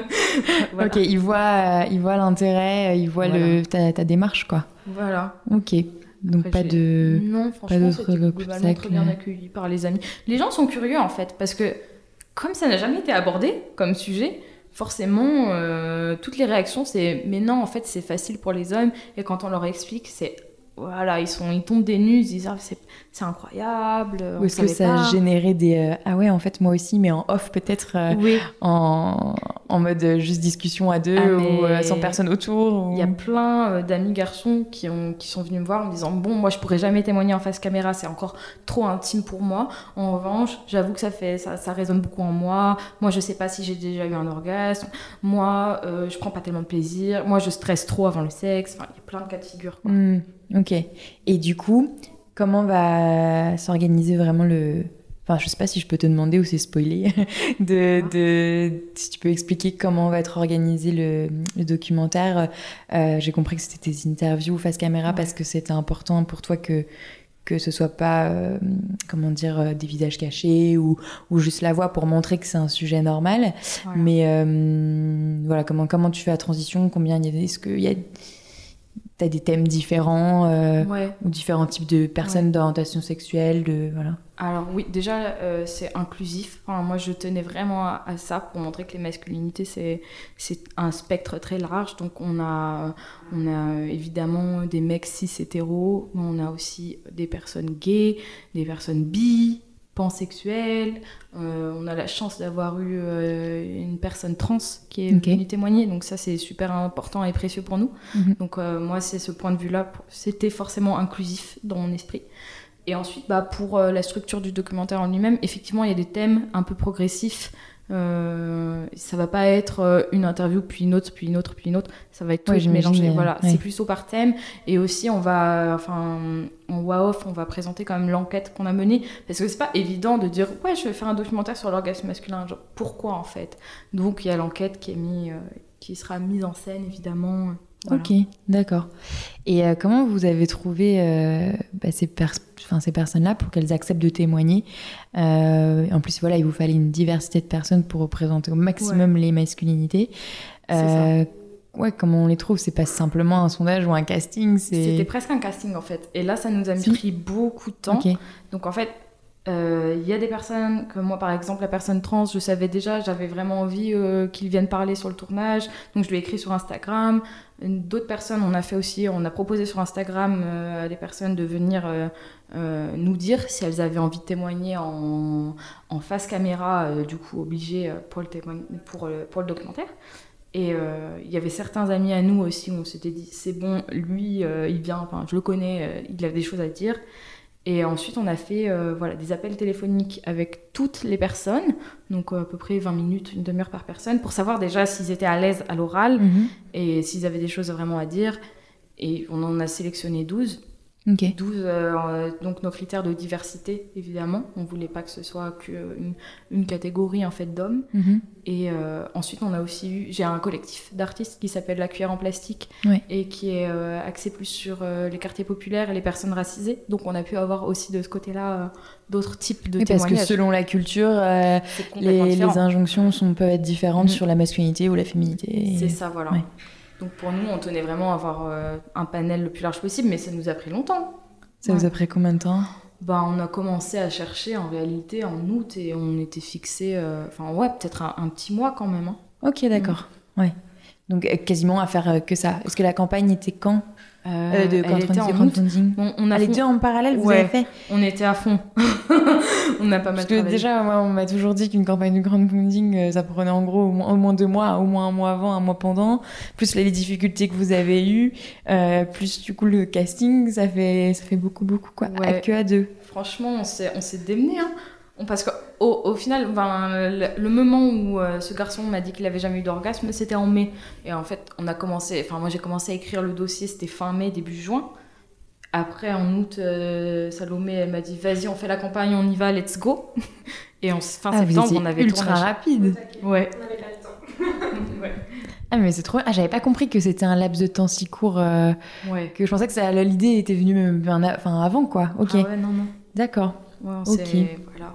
Voilà. ok, il voit, euh, il voit l'intérêt, il voit Voilà. le, ta, ta démarche, quoi. Voilà. Ok, donc Après, pas j'ai- de, Non, pas franchement, d'autres c'était globalement très obstacles. bien accueilli par les amis. Les gens sont curieux, en fait, parce que comme ça n'a jamais été abordé comme sujet, forcément, euh, toutes les réactions, c'est « mais non, en fait, c'est facile pour les hommes ». Et quand on leur explique, c'est voilà, ils, sont, ils tombent des nues, ils disent ah, c'est, c'est incroyable. Ou est-ce que ça pas. générait des euh, ah ouais en fait moi aussi mais en off peut-être euh, oui. en, en mode euh, juste discussion à deux ah, ou euh, sans personne autour. Il ou... y a plein euh, d'amis garçons qui, ont, qui sont venus me voir en me disant bon moi je pourrais jamais témoigner en face caméra, c'est encore trop intime pour moi. En revanche j'avoue que ça fait ça, ça résonne beaucoup en moi. Moi je sais pas si j'ai déjà eu un orgasme. Moi euh, je prends pas tellement de plaisir. Moi je stresse trop avant le sexe. Enfin il y a plein de cas de figure. Quoi. Mmh. Ok. Et du coup, comment va s'organiser vraiment le... Enfin, je sais pas si je peux te demander ou c'est spoilé. de, de... Si tu peux expliquer comment va être organisé le, le documentaire. Euh, j'ai compris que c'était des interviews face caméra ouais. parce que c'était important pour toi que, que ce soit pas, euh, comment dire, des visages cachés ou, ou juste la voix pour montrer que c'est un sujet normal. Voilà. Mais euh, voilà, comment, comment tu fais la transition? Combien il y a... Est-ce qu'il y a... T'as des thèmes différents euh, ouais. ou différents types de personnes ouais. d'orientation sexuelle, de voilà. Alors oui, déjà euh, c'est inclusif. Enfin, moi je tenais vraiment à, à ça pour montrer que les masculinités c'est c'est un spectre très large. Donc on a on a évidemment des mecs cis hétéros, mais on a aussi des personnes gays, des personnes bi, pansexuelles. Euh, on a la chance d'avoir eu euh, une personne trans qui est okay. venue témoigner, donc ça c'est super important et précieux pour nous. Mm-hmm. Donc euh, moi c'est ce point de vue-là, c'était forcément inclusif dans mon esprit. Et ensuite bah, pour euh, la structure du documentaire en lui-même, effectivement il y a des thèmes un peu progressifs. Euh, ça va pas être euh, une interview puis une autre puis une autre puis une autre, ça va être tout ouais, mélangé. Voilà, ouais. C'est plutôt par thème. Et aussi on va, enfin en voix off, on va présenter quand même l'enquête qu'on a menée parce que c'est pas évident de dire ouais je vais faire un documentaire sur l'orgasme masculin. Genre, pourquoi en fait? Donc il y a l'enquête qui est mise, euh, qui sera mise en scène évidemment. Voilà. Ok, d'accord. Et euh, comment vous avez trouvé euh, bah, ces, pers- ces personnes-là pour qu'elles acceptent de témoigner euh, En plus, voilà, il vous fallait une diversité de personnes pour représenter au maximum ouais. les masculinités. C'est euh, ça. Ouais, comment on les trouve? C'est pas simplement un sondage ou un casting, c'est... C'était presque un casting en fait. Et là, ça nous a si. pris beaucoup de temps. Okay. Donc en fait, il euh, y a des personnes, comme moi par exemple, la personne trans, je savais déjà, j'avais vraiment envie euh, qu'ils viennent parler sur le tournage. Donc je lui ai écrit sur Instagram. D'autres personnes, on a fait aussi, on a proposé sur Instagram euh, à des personnes de venir euh, euh, nous dire si elles avaient envie de témoigner en, en face caméra, euh, du coup obligées pour le, témoign- pour, le, pour le documentaire. Et il euh, y avait certains amis à nous aussi où on s'était dit c'est bon, lui euh, il vient, enfin je le connais, euh, il a des choses à dire. Et ensuite, on a fait euh, voilà, des appels téléphoniques avec toutes les personnes, donc euh, à peu près vingt minutes, une demi-heure par personne, pour savoir déjà s'ils étaient à l'aise à l'oral mm-hmm. et s'ils avaient des choses vraiment à dire. Et on en a sélectionné douze. Okay. douze, euh, donc nos critères de diversité, évidemment. On ne voulait pas que ce soit qu'une une catégorie en fait, d'hommes. Mm-hmm. Et euh, ensuite, on a aussi eu... J'ai un collectif d'artistes qui s'appelle La Cuillère en Plastique ouais. et qui est euh, axé plus sur euh, les quartiers populaires et les personnes racisées. Donc, on a pu avoir aussi de ce côté-là euh, d'autres types de oui, témoignages. Parce que selon la culture, euh, les, les injonctions sont, peuvent être différentes mm-hmm. sur la masculinité ou la féminité. Et... C'est ça, voilà. Ouais. Donc pour nous, on tenait vraiment à avoir euh, un panel le plus large possible, mais ça nous a pris longtemps. Ça ouais. vous a pris combien de temps ? Ben, on a commencé à chercher en réalité en août et on était fixé, enfin euh, ouais, peut-être un, un petit mois quand même. Hein. Ok, d'accord. Mmh. Ouais. Donc euh, quasiment à faire euh, que ça. Est-ce que la campagne était quand ? Euh, euh, de elle était en crowdfunding. On, on a les deux en parallèle, vous ouais, avez fait ? On était à fond. On a pas mal Parce que travaillé. déjà, moi, on m'a toujours dit qu'une campagne de crowdfunding, euh, ça prenait en gros au moins, au moins deux mois, au moins un mois avant, un mois pendant, plus les difficultés que vous avez eues, euh, plus du coup le casting, ça fait, ça fait beaucoup, beaucoup quoi. Ouais. À que à deux. Franchement, on s'est, on s'est démenés, hein. Parce qu'au au final, ben, le, le moment où euh, ce garçon m'a dit qu'il avait jamais eu d'orgasme, c'était en mai. Et en fait, on a commencé, enfin moi j'ai commencé à écrire le dossier, c'était fin mai, début juin. Après, en août, euh, Salomé, elle m'a dit vas-y, on fait la campagne, on y va, let's go. Et en fin ah, septembre, on avait ultra tournage. rapide. Ouais. On n'avait pas le temps. ouais. Ah mais c'est trop. Ah j'avais pas compris que c'était un laps de temps si court. Euh, ouais. Que je pensais que ça, l'idée était venue même, enfin avant quoi. Ok. Ah ouais non non. D'accord. Ouais, on ok. S'est... Voilà.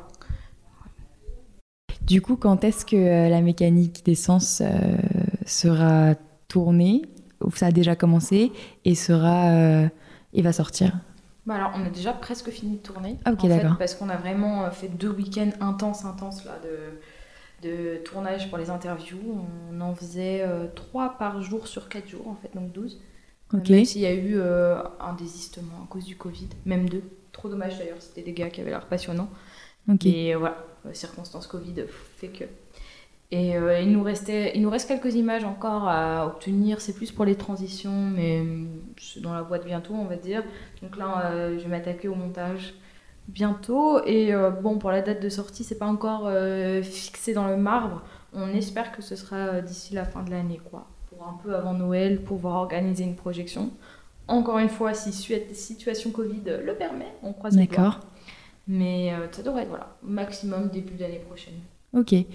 Du coup, quand est-ce que euh, la mécanique d'essence euh, sera tournée, ou ça a déjà commencé, et sera euh, et va sortir ? Bah alors, on a déjà presque fini de tourner. Ah, ok, en d'accord. Fait, parce qu'on a vraiment fait deux week-ends intenses, intenses là, de, de tournage pour les interviews. On en faisait euh, trois par jour sur quatre jours, en fait, donc douze. Okay. Même s'il y a eu euh, un désistement à cause du Covid, même deux. Trop dommage d'ailleurs, c'était des gars qui avaient l'air passionnants. Okay. Et euh, voilà, euh, circonstances Covid fait que... Et euh, il, nous restait, il nous reste quelques images encore à obtenir, c'est plus pour les transitions, mais c'est dans la boîte bientôt, on va dire. Donc là, euh, je vais m'attaquer au montage bientôt. Et euh, bon, pour la date de sortie, c'est pas encore euh, fixé dans le marbre. On espère que ce sera d'ici la fin de l'année, quoi. Pour un peu avant Noël, pouvoir organiser une projection. Encore une fois, si situation Covid le permet, on croise les doigts. D'accord. Mais euh, ça devrait être, voilà, maximum début d'année prochaine. Ok. Et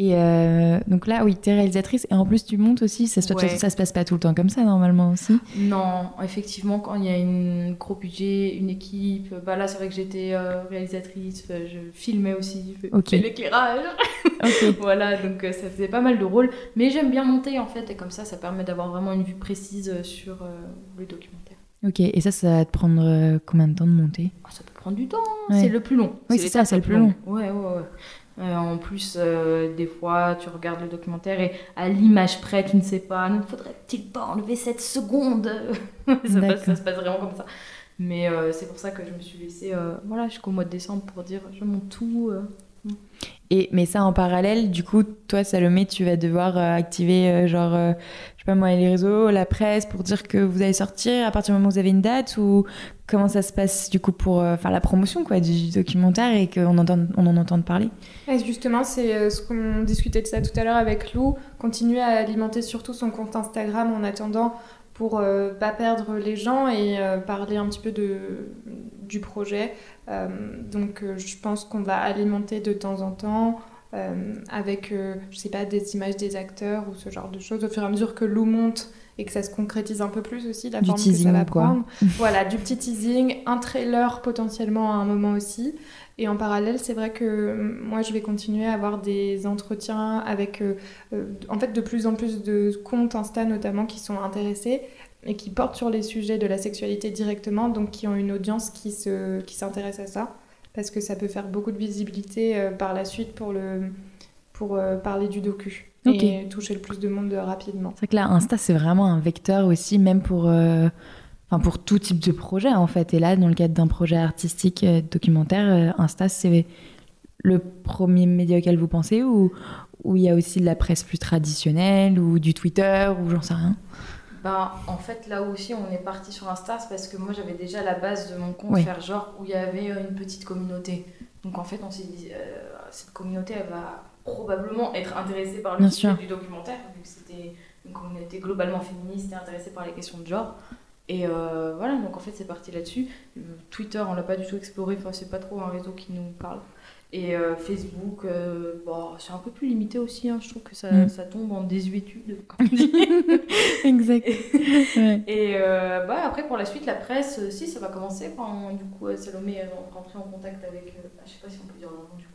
euh, donc là, oui, t'es réalisatrice et en plus tu montes aussi. Ça se, ouais. ça, ça se passe pas tout le temps comme ça normalement aussi. Non, effectivement, quand il y a un gros budget, une équipe, bah là c'est vrai que j'étais euh, réalisatrice, je filmais aussi, je okay. fais l'éclairage. Okay. Voilà, donc ça faisait pas mal de rôles. Mais j'aime bien monter en fait, et comme ça, ça permet d'avoir vraiment une vue précise sur euh, le documentaire. Ok, et ça, ça va te prendre euh, combien de temps de monter ? Ah, ça peut prendre du temps, ouais. C'est le plus long. Oui, c'est, c'est ça, c'est le plus long. long. Ouais, ouais, ouais. Euh, en plus, euh, des fois, tu regardes le documentaire et à l'image près, tu ne sais pas, ne faudrait-il pas enlever cette seconde ? ça, passe, ça se passe vraiment comme ça. Mais euh, c'est pour ça que je me suis laissée euh, voilà, jusqu'au mois de décembre pour dire je monte tout. Euh. Et, mais ça, en parallèle, du coup, toi, Salomé, tu vas devoir euh, activer, euh, genre, euh, je sais pas moi, les réseaux, la presse, pour dire que vous allez sortir à partir du moment où vous avez une date, ou comment ça se passe, du coup, pour euh, faire la promotion, quoi, du documentaire et qu'on entende, on en entende parler ? Et justement, c'est euh, ce qu'on discutait de ça tout à l'heure avec Lou, continuer à alimenter surtout son compte Instagram en attendant pour euh, pas perdre les gens et euh, parler un petit peu de, du projet. Euh, donc euh, je pense qu'on va alimenter de temps en temps euh, avec, euh, je sais pas, des images des acteurs ou ce genre de choses au fur et à mesure que Lou monte et que ça se concrétise un peu plus aussi, la du forme teasing, que ça va quoi. prendre. Voilà, du petit teasing, un trailer potentiellement à un moment aussi. Et en parallèle, c'est vrai que moi, je vais continuer à avoir des entretiens avec, euh, euh, en fait, de plus en plus de comptes Insta notamment qui sont intéressés et qui portent sur les sujets de la sexualité directement, donc qui ont une audience qui, se, qui s'intéresse à ça, parce que ça peut faire beaucoup de visibilité euh, par la suite pour, le, pour euh, parler du docu. Okay. Et toucher le plus de monde rapidement. C'est vrai que là, Insta, c'est vraiment un vecteur aussi, même pour... Euh... Enfin, pour tout type de projet, en fait. Et là, dans le cadre d'un projet artistique euh, documentaire, euh, Insta, c'est le premier média auquel vous pensez, ou il y a aussi de la presse plus traditionnelle, ou du Twitter, ou j'en sais rien ? Ben, en fait, là aussi, on est parti sur Insta, c'est parce que moi, j'avais déjà la base de mon compte, oui. faire genre, où il y avait une petite communauté. Donc, en fait, on s'est dit, euh, cette communauté, elle va probablement être intéressée par le sujet du documentaire, vu que c'était une communauté globalement féministe et intéressée par les questions de genre. Et euh, voilà, donc en fait c'est parti là-dessus. Twitter, on l'a pas du tout exploré, enfin c'est pas trop un réseau qui nous parle. Et euh, Facebook, euh, bon, c'est un peu plus limité aussi, hein. Je trouve que ça, mm. ça tombe en désuétude, comme on dit. Exact. Ouais. Et euh, bah, après pour la suite, la presse, euh, si ça va commencer. Enfin, du coup, Salomé est rentrée en contact avec, euh, bah, je sais pas si on peut dire leur nom du coup.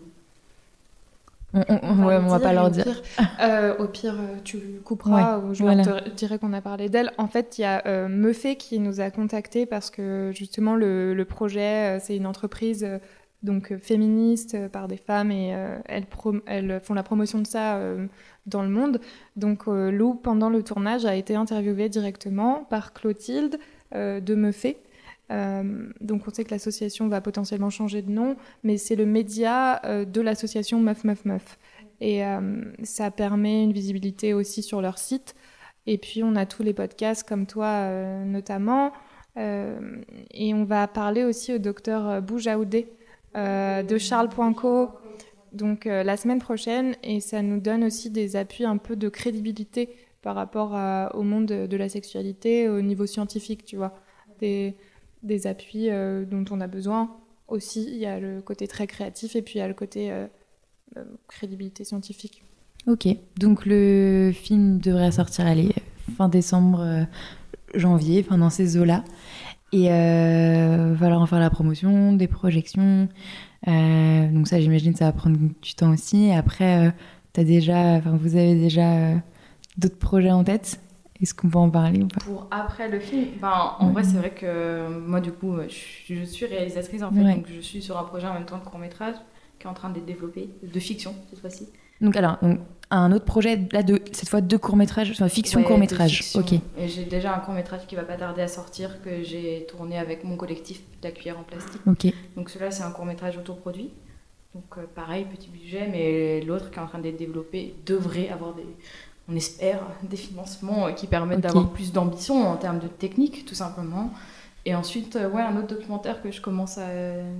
On, on, on, ouais, on va pas leur dire. Au pire, euh, au pire tu couperas, ouais, ou je voilà. te dirai qu'on a parlé d'elle. En fait, il y a euh, Meufé qui nous a contactés parce que justement le, le projet, euh, c'est une entreprise euh, donc euh, féministe euh, par des femmes et euh, elles, prom- elles font la promotion de ça euh, dans le monde. Donc euh, Lou, pendant le tournage, a été interviewée directement par Clotilde euh, de Meufé. Euh, donc on sait que l'association va potentiellement changer de nom, mais c'est le média euh, de l'association Meuf Meuf Meuf. Et euh, ça permet une visibilité aussi sur leur site. Et puis on a tous les podcasts comme toi euh, notamment. Euh, et on va parler aussi au docteur Boujaoudé euh, de Charles point co donc euh, la semaine prochaine. Et ça nous donne aussi des appuis un peu de crédibilité par rapport à, au monde de, de la sexualité au niveau scientifique, tu vois. Des... des appuis euh, dont on a besoin aussi. Il y a le côté très créatif et puis il y a le côté euh, euh, crédibilité scientifique. Ok, donc le film devrait sortir allez, fin décembre, euh, janvier, enfin dans ces eaux-là. Et euh, va leur en faire la promotion, des projections. Euh, donc ça, j'imagine, ça va prendre du temps aussi. Et après, euh, t'as déjà, vous avez déjà euh, d'autres projets en tête ? Est-ce qu'on peut en parler ou pas ? Pour après le film, ben, en ouais. vrai, c'est vrai que moi, du coup, je, je suis réalisatrice, en fait, ouais. donc je suis sur un projet en même temps de court-métrage. qui est en train d'être développé, de fiction cette fois-ci. Donc alors, donc, un autre projet, là, de, cette fois deux courts-métrages, enfin fiction Ouais, court-métrage. Ok. Et j'ai déjà un court-métrage qui va pas tarder à sortir, que j'ai tourné avec mon collectif La Cuillère en plastique. Ok. Donc celui-là, c'est un court-métrage autoproduit. Donc euh, pareil, petit budget, mais l'autre qui est en train d'être développé devrait avoir des, on espère, des financements qui permettent okay. d'avoir plus d'ambition en termes de technique, tout simplement. Et ensuite, euh, ouais, un autre documentaire que je commence à,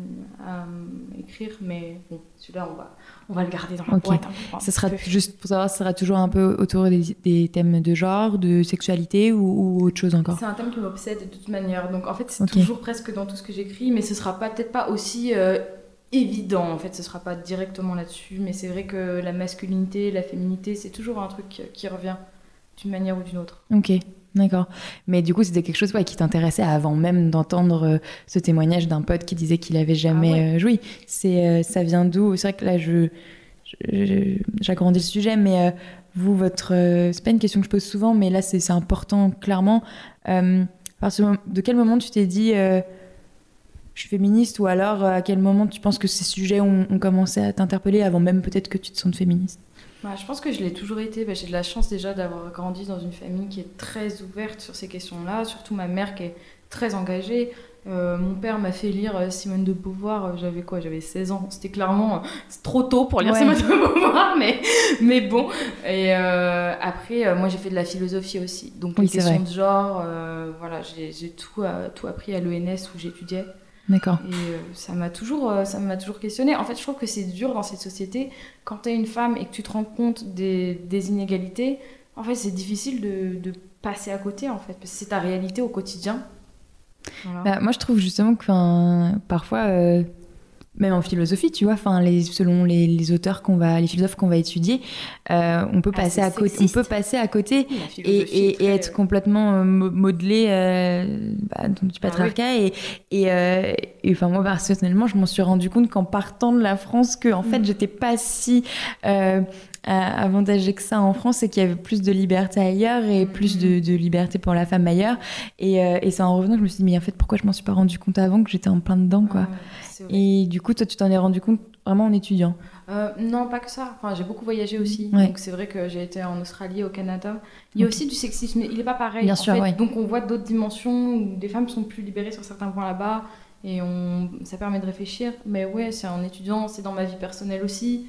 à écrire, mais bon, celui-là, on va, on va le garder dans la okay. boîte. Hein, ça sera, juste pour savoir, ça sera toujours un peu autour des, des thèmes de genre, de sexualité ou, ou autre chose encore? C'est un thème qui m'obsède de toute manière. Donc en fait, c'est okay. toujours presque dans tout ce que j'écris, mais ce sera pas, peut-être pas aussi euh, évident. En fait, ce sera pas directement là-dessus, mais c'est vrai que la masculinité, la féminité, c'est toujours un truc qui revient d'une manière ou d'une autre. Ok. D'accord. Mais du coup, c'était quelque chose ouais, qui t'intéressait avant même d'entendre euh, ce témoignage d'un pote qui disait qu'il avait jamais ah ouais. euh, joui. C'est, euh, ça vient d'où? C'est vrai que là, je, je, j'agrandis le sujet, mais euh, vous, votre... Euh, c'est pas une question que je pose souvent, mais là, c'est, c'est important, clairement. Euh, parce que, de quel moment tu t'es dit euh, je suis féministe, ou alors à quel moment tu penses que ces sujets ont, ont commencé à t'interpeller avant même peut-être que tu te sentes féministe? Bah, je pense que je l'ai toujours été. Bah, j'ai de la chance déjà d'avoir grandi dans une famille qui est très ouverte sur ces questions-là, surtout ma mère qui est très engagée. Euh, mon père m'a fait lire Simone de Beauvoir, j'avais quoi? J'avais seize ans. C'était clairement c'est trop tôt pour lire ouais. Simone de Beauvoir, mais, mais bon. Et euh, après, euh, moi j'ai fait de la philosophie aussi. Donc oui, les questions de genre, euh, voilà, j'ai, j'ai tout, euh, tout appris à l'E N S où j'étudiais. D'accord. Et euh, ça m'a toujours, euh, ça m'a toujours questionnée. En fait, je trouve que c'est dur dans cette société. Quand tu es une femme et que tu te rends compte des, des inégalités, en fait, c'est difficile de, de passer à côté, en fait, parce que c'est ta réalité au quotidien. Voilà. Bah, moi, je trouve justement que parfois, euh, même en philosophie, tu vois, les, selon les, les auteurs qu'on va, les philosophes qu'on va étudier, euh, on peut ah, passer à côté, on peut passer à côté oui, et, et, très... et être complètement euh, modelé euh, bah, du patriarcat. Ah, oui. Et, et, euh, et enfin moi personnellement, je m'en suis rendu compte qu'en partant de la France, que en fait, mmh. j'étais pas si euh, avantagée que ça en France, et qu'il y avait plus de liberté ailleurs et mmh. plus de, de liberté pour la femme ailleurs. Et, euh, et c'est en revenant que je me suis dit mais en fait, pourquoi je m'en suis pas rendu compte avant, que j'étais en plein dedans, quoi. Ah, et du coup, toi, tu t'en es rendu compte vraiment en étudiant? euh, Non, pas que ça. Enfin, j'ai beaucoup voyagé aussi. Ouais. Donc, c'est vrai que j'ai été en Australie, au Canada. Il y a okay. aussi du sexisme, mais il n'est pas pareil. Bien en sûr, fait. ouais. Donc, on voit d'autres dimensions où des femmes sont plus libérées sur certains points là-bas. Et on... ça permet de réfléchir. Mais ouais, c'est en étudiant, c'est dans ma vie personnelle aussi.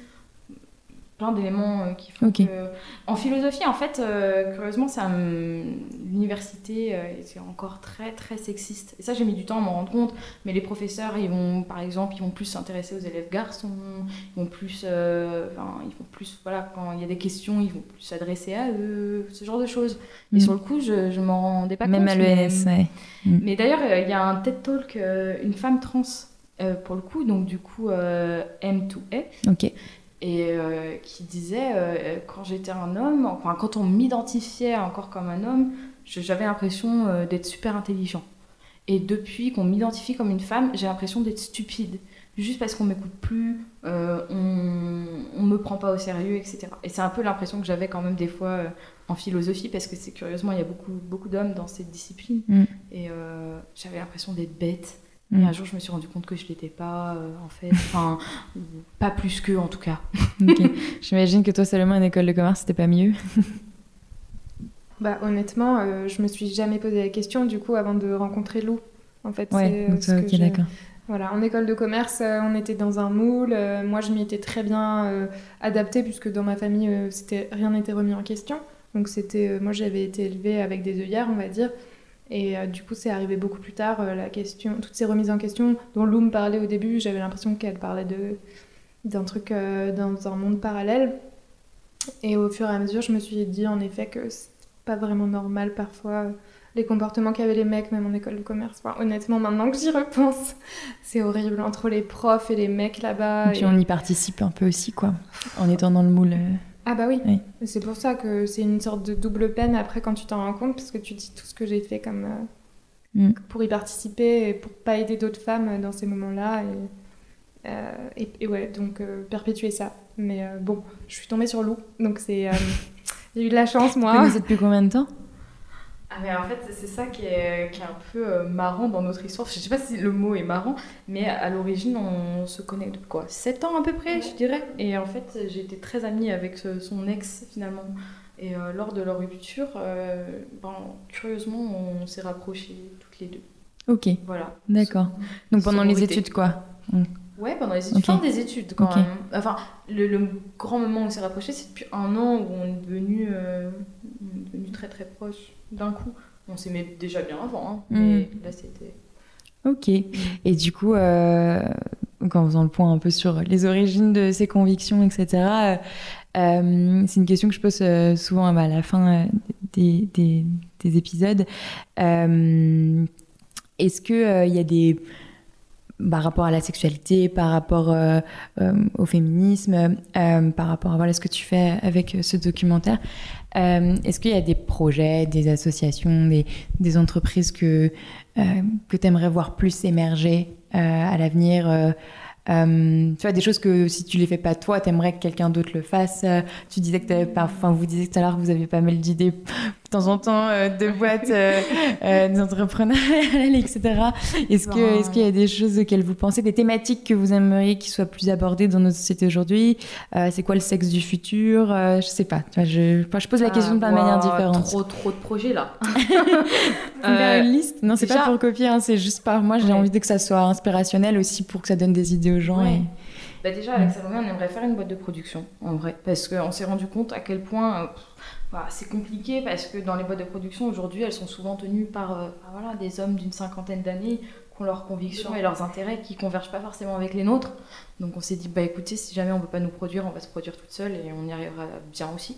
Plein d'éléments euh, qui font okay. que... En philosophie, en fait, euh, curieusement, c'est un... l'université euh, c'est encore très, très sexiste. Et ça, j'ai mis du temps à m'en rendre compte. Mais les professeurs, ils vont, par exemple, ils vont plus s'intéresser aux élèves garçons. Ils vont plus... Euh... Enfin, ils vont plus... Voilà, quand il y a des questions, ils vont plus s'adresser à eux. Ce genre de choses. Et mmh. sur le coup, je, je m'en rendais pas Même compte. Même à l'E N S, mais... ouais. Mmh. Mais d'ailleurs, il y a un TED Talk, euh, une femme trans, euh, pour le coup, donc du coup, euh, M deux A. Ok. Et euh, qui disait, euh, quand j'étais un homme, enfin, quand on m'identifiait encore comme un homme, je, j'avais l'impression euh, d'être super intelligent. Et depuis qu'on m'identifie comme une femme, j'ai l'impression d'être stupide. Juste parce qu'on m'écoute plus, euh, on, on me prend pas au sérieux, et cetera. Et c'est un peu l'impression que j'avais quand même des fois euh, en philosophie, parce que c'est curieusement, il y a beaucoup, beaucoup d'hommes dans cette discipline. Mm. Et euh, j'avais l'impression d'être bête. Et un jour, je me suis rendu compte que je l'étais pas, euh, en fait. Enfin, pas plus qu'eux, en tout cas. Okay. J'imagine que toi, Salomon, en école de commerce, c'était pas mieux. Bah, honnêtement, euh, je me suis jamais posé la question, du coup, avant de rencontrer Lou. En fait, ouais, c'est donc toi, ok, je... d'accord. Voilà, en école de commerce, euh, on était dans un moule. Euh, moi, je m'y étais très bien euh, adaptée, puisque dans ma famille, euh, c'était... rien n'était remis en question. Donc, c'était... Euh, moi, j'avais été élevée avec des œillères, on va dire. Et euh, du coup, c'est arrivé beaucoup plus tard, euh, la question, toutes ces remises en question dont Lou me parlait au début. J'avais l'impression qu'elle parlait de, d'un truc euh, dans un monde parallèle. Et au fur et à mesure, je me suis dit en effet que c'est pas vraiment normal parfois euh, les comportements qu'avaient les mecs, même en école de commerce. Enfin, honnêtement, maintenant que j'y repense, c'est horrible entre les profs et les mecs là-bas. Et puis et... on y participe un peu aussi, quoi, en étant dans le moule. Euh... Ah bah oui. oui, c'est pour ça que c'est une sorte de double peine après quand tu t'en rends compte, parce que tu dis tout ce que j'ai fait comme euh, mm. pour y participer et pour pas aider d'autres femmes dans ces moments-là et, euh, et, et ouais, donc euh, perpétuer ça. Mais euh, bon, je suis tombée sur Lou, donc c'est euh, j'ai eu de la chance moi. Tu connaissais depuis combien de temps? Ah mais en fait c'est ça qui est, qui est un peu euh, marrant dans notre histoire. Je sais pas si le mot est marrant, mais à l'origine on se connaît depuis quoi sept ans à peu près, ouais. je dirais. Et en fait j'ai été très amie avec ce, son ex finalement. Et euh, lors de leur rupture, euh, ben, curieusement on s'est rapprochés toutes les deux. Ok. Voilà. D'accord. Donc pendant les études quoi. Mm. Ouais, pendant les études, okay. fin des études quand okay. même. Enfin, le, le grand moment où on s'est rapprochés, c'est depuis un an où on est devenu, euh, devenu très très proches d'un coup. On s'aimait déjà bien avant, hein, mm. mais là c'était... Ok. Et du coup, euh, en faisant le point un peu sur les origines de ses convictions, et cetera, euh, c'est une question que je pose euh, souvent à la fin des, des, des épisodes. Euh, est-ce qu'il euh, y a des... par rapport à la sexualité, par rapport euh, euh, au féminisme, euh, par rapport à voilà, ce que tu fais avec ce documentaire. Euh, est-ce qu'il y a des projets, des associations, des, des entreprises que, euh, que tu aimerais voir plus émerger euh, à l'avenir euh, euh, tu vois, des choses que si tu les fais pas toi, tu aimerais que quelqu'un d'autre le fasse. Euh, tu disais que t'avais pas, enfin, vous disiez tout à l'heure que vous aviez pas mal d'idées de temps en temps euh, de boîtes, euh, euh, des entrepreneurs, et cetera. Est-ce que, ben... est-ce qu'il y a des choses auxquelles vous pensez, des thématiques que vous aimeriez qui soient plus abordées dans notre société aujourd'hui? euh, C'est quoi le sexe du futur? euh, Je sais pas. Tu vois, je, je pose la ah, question de plein de wow, manières différentes. Trop, trop de projets là. Faire euh, une liste? Non, c'est déjà... pas pour copier, hein, c'est juste par moi. J'ai ouais. envie que ça soit inspirationnel aussi pour que ça donne des idées aux gens. Ouais. Et... Bah déjà, avec Salomé, on aimerait faire une boîte de production, en vrai. Parce qu'on s'est rendu compte à quel point euh, bah, c'est compliqué, parce que dans les boîtes de production, aujourd'hui, elles sont souvent tenues par euh, bah, voilà, des hommes d'une cinquantaine d'années qui ont leurs convictions et leurs intérêts qui ne convergent pas forcément avec les nôtres. Donc on s'est dit, bah écoutez, si jamais on ne veut pas nous produire, on va se produire toute seule et on y arrivera bien aussi.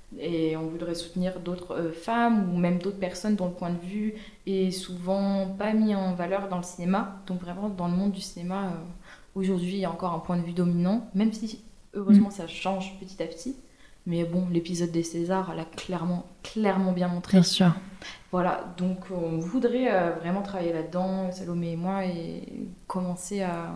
Et on voudrait soutenir d'autres euh, femmes ou même d'autres personnes dont le point de vue est souvent pas mis en valeur dans le cinéma. Donc vraiment, dans le monde du cinéma... Euh, Aujourd'hui, il y a encore un point de vue dominant, même si, heureusement, mmh. ça change petit à petit. Mais bon, l'épisode des Césars l'a clairement, clairement bien montré. Bien sûr. Voilà, donc on voudrait euh, vraiment travailler là-dedans, Salomé et moi, et commencer à,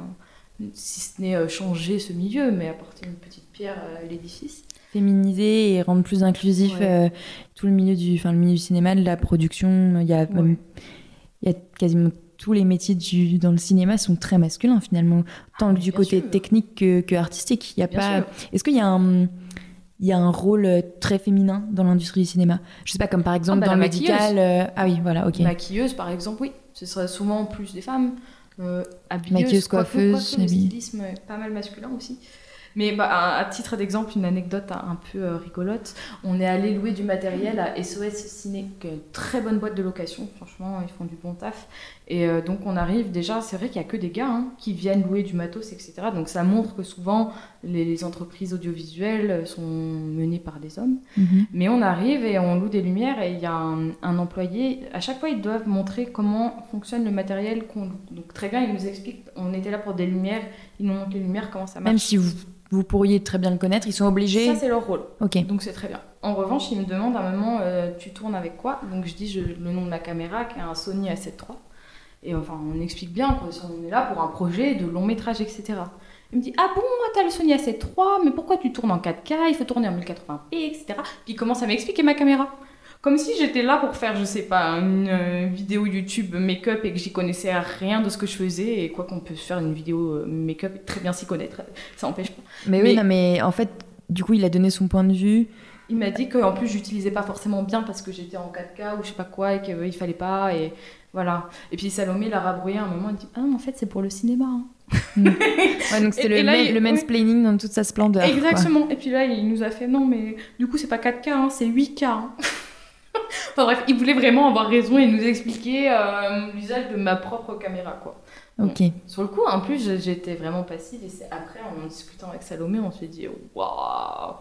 si ce n'est euh, changer ce milieu, mais apporter une petite pierre à l'édifice. Féminiser et rendre plus inclusif ouais. euh, tout le milieu, du, enfin, le milieu du cinéma, de la production. Il y a, ouais. même, il y a quasiment... tous les métiers du, dans le cinéma sont très masculins finalement, tant ah, du côté sûr. technique que, que artistique. Il y a pas... Sûr. Est-ce qu'il y a un, il y a un rôle très féminin dans l'industrie du cinéma? Je sais pas, comme par exemple ah, bah, dans le médical. Euh... Ah oui, voilà, ok. Maquilleuse par exemple, oui. Ce serait souvent plus des femmes. Euh, habilleuse, maquilleuse, coiffeuse. Le stylisme est pas mal masculin aussi. Mais bah, à, à titre d'exemple, une anecdote un peu euh, rigolote. On est allé louer du matériel à S O S Ciné, qui est une très bonne boîte de location. Franchement, ils font du bon taf. Et euh, donc on arrive déjà, c'est vrai qu'il n'y a que des gars hein, qui viennent louer du matos, et cetera. Donc ça montre que souvent les, les entreprises audiovisuelles sont menées par des hommes. Mm-hmm. Mais on arrive et on loue des lumières et il y a un, un employé. À chaque fois, ils doivent montrer comment fonctionne le matériel qu'on loue. Donc très bien, ils nous expliquent. On était là pour des lumières, ils nous montrent les lumières, comment ça marche. Même si vous... Vous pourriez très bien le connaître, ils sont obligés... Ça, c'est leur rôle. Ok. Donc, c'est très bien. En revanche, ils me demandent à un moment, euh, tu tournes avec quoi? Donc, je dis je, le nom de ma caméra, qui est un Sony A sept trois. Et enfin, on explique bien qu'on est là pour un projet de long métrage, et cetera. Il me dit, ah bon, t'as le Sony A sept trois, mais pourquoi tu tournes en quatre K? Il faut tourner en mille quatre-vingts p, et cetera. Puis, il commence à m'expliquer ma caméra. Comme si j'étais là pour faire, je sais pas, une euh, vidéo YouTube make-up et que j'y connaissais rien de ce que je faisais. Et quoi qu'on peut faire une vidéo euh, make-up et très bien s'y connaître, ça n'empêche pas. Mais, mais oui, non, mais en fait, du coup, il a donné son point de vue. Il m'a dit qu'en plus, j'utilisais pas forcément bien parce que j'étais en quatre K ou je sais pas quoi et qu'il euh, fallait pas. Et voilà. Et puis Salomé l'a rabrouillé à un moment, il dit, ah non, en fait, c'est pour le cinéma. Hein. Mmh. Ouais, donc c'était et, le, et là, ma- il... le mansplaining oui. dans toute sa splendeur. Exactement. Quoi. Et puis là, il nous a fait, non, mais du coup, c'est pas quatre K, hein, c'est huit K. Hein. Enfin bref, il voulait vraiment avoir raison et nous expliquer euh, l'usage de ma propre caméra, quoi. Ok. Bon, sur le coup, en plus, j'étais vraiment passive et c'est après, en discutant avec Salomé, on s'est dit waouh.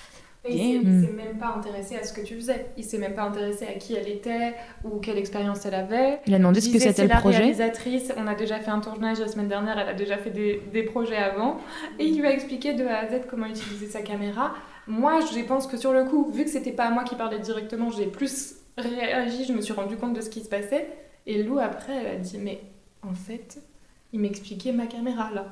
Il s'est, il s'est même pas intéressé à ce que tu faisais. Il s'est même pas intéressé à qui elle était ou quelle expérience elle avait. Il a demandé ce que c'était le projet. C'est la réalisatrice. On a déjà fait un tournage la semaine dernière. Elle a déjà fait des, des projets avant. Et il lui a expliqué de A à Z comment utiliser sa caméra. Moi, je pense que sur le coup, vu que c'était pas à moi qui parlais directement, j'ai plus réagi. Je me suis rendu compte de ce qui se passait. Et Lou, après, elle a dit, mais en fait, il m'expliquait ma caméra là.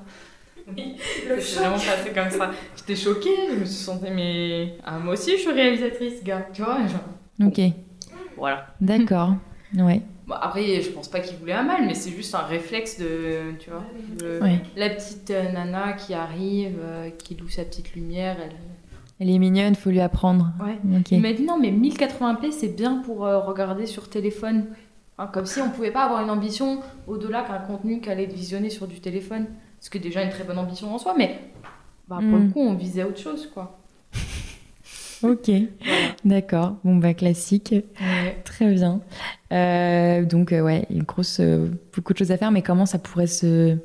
Le c'est vraiment passé comme ça. J'étais choquée, je me suis sentie, mais ah, moi aussi je suis réalisatrice, gars, tu vois. Genre... Ok. Voilà. D'accord, ouais. Bon, après, je pense pas qu'il voulait un mal, mais c'est juste un réflexe de, tu vois, de, ouais. la petite euh, nana qui arrive, euh, qui loue sa petite lumière. Elle, elle est mignonne, faut lui apprendre. Ouais. Okay. Il m'a dit non, mais mille quatre-vingts p, c'est bien pour euh, regarder sur téléphone. Enfin, comme si on pouvait pas avoir une ambition au-delà qu'un contenu qu'elle être visionné sur du téléphone. Ce qui est déjà une très bonne ambition en soi, mais bah, pour mm. le coup, on visait autre chose, quoi. Ok, voilà. D'accord. Bon, bah, classique. Ouais. Très bien. Euh, donc, euh, ouais, une grosse, euh, beaucoup de choses à faire, mais comment ça pourrait se,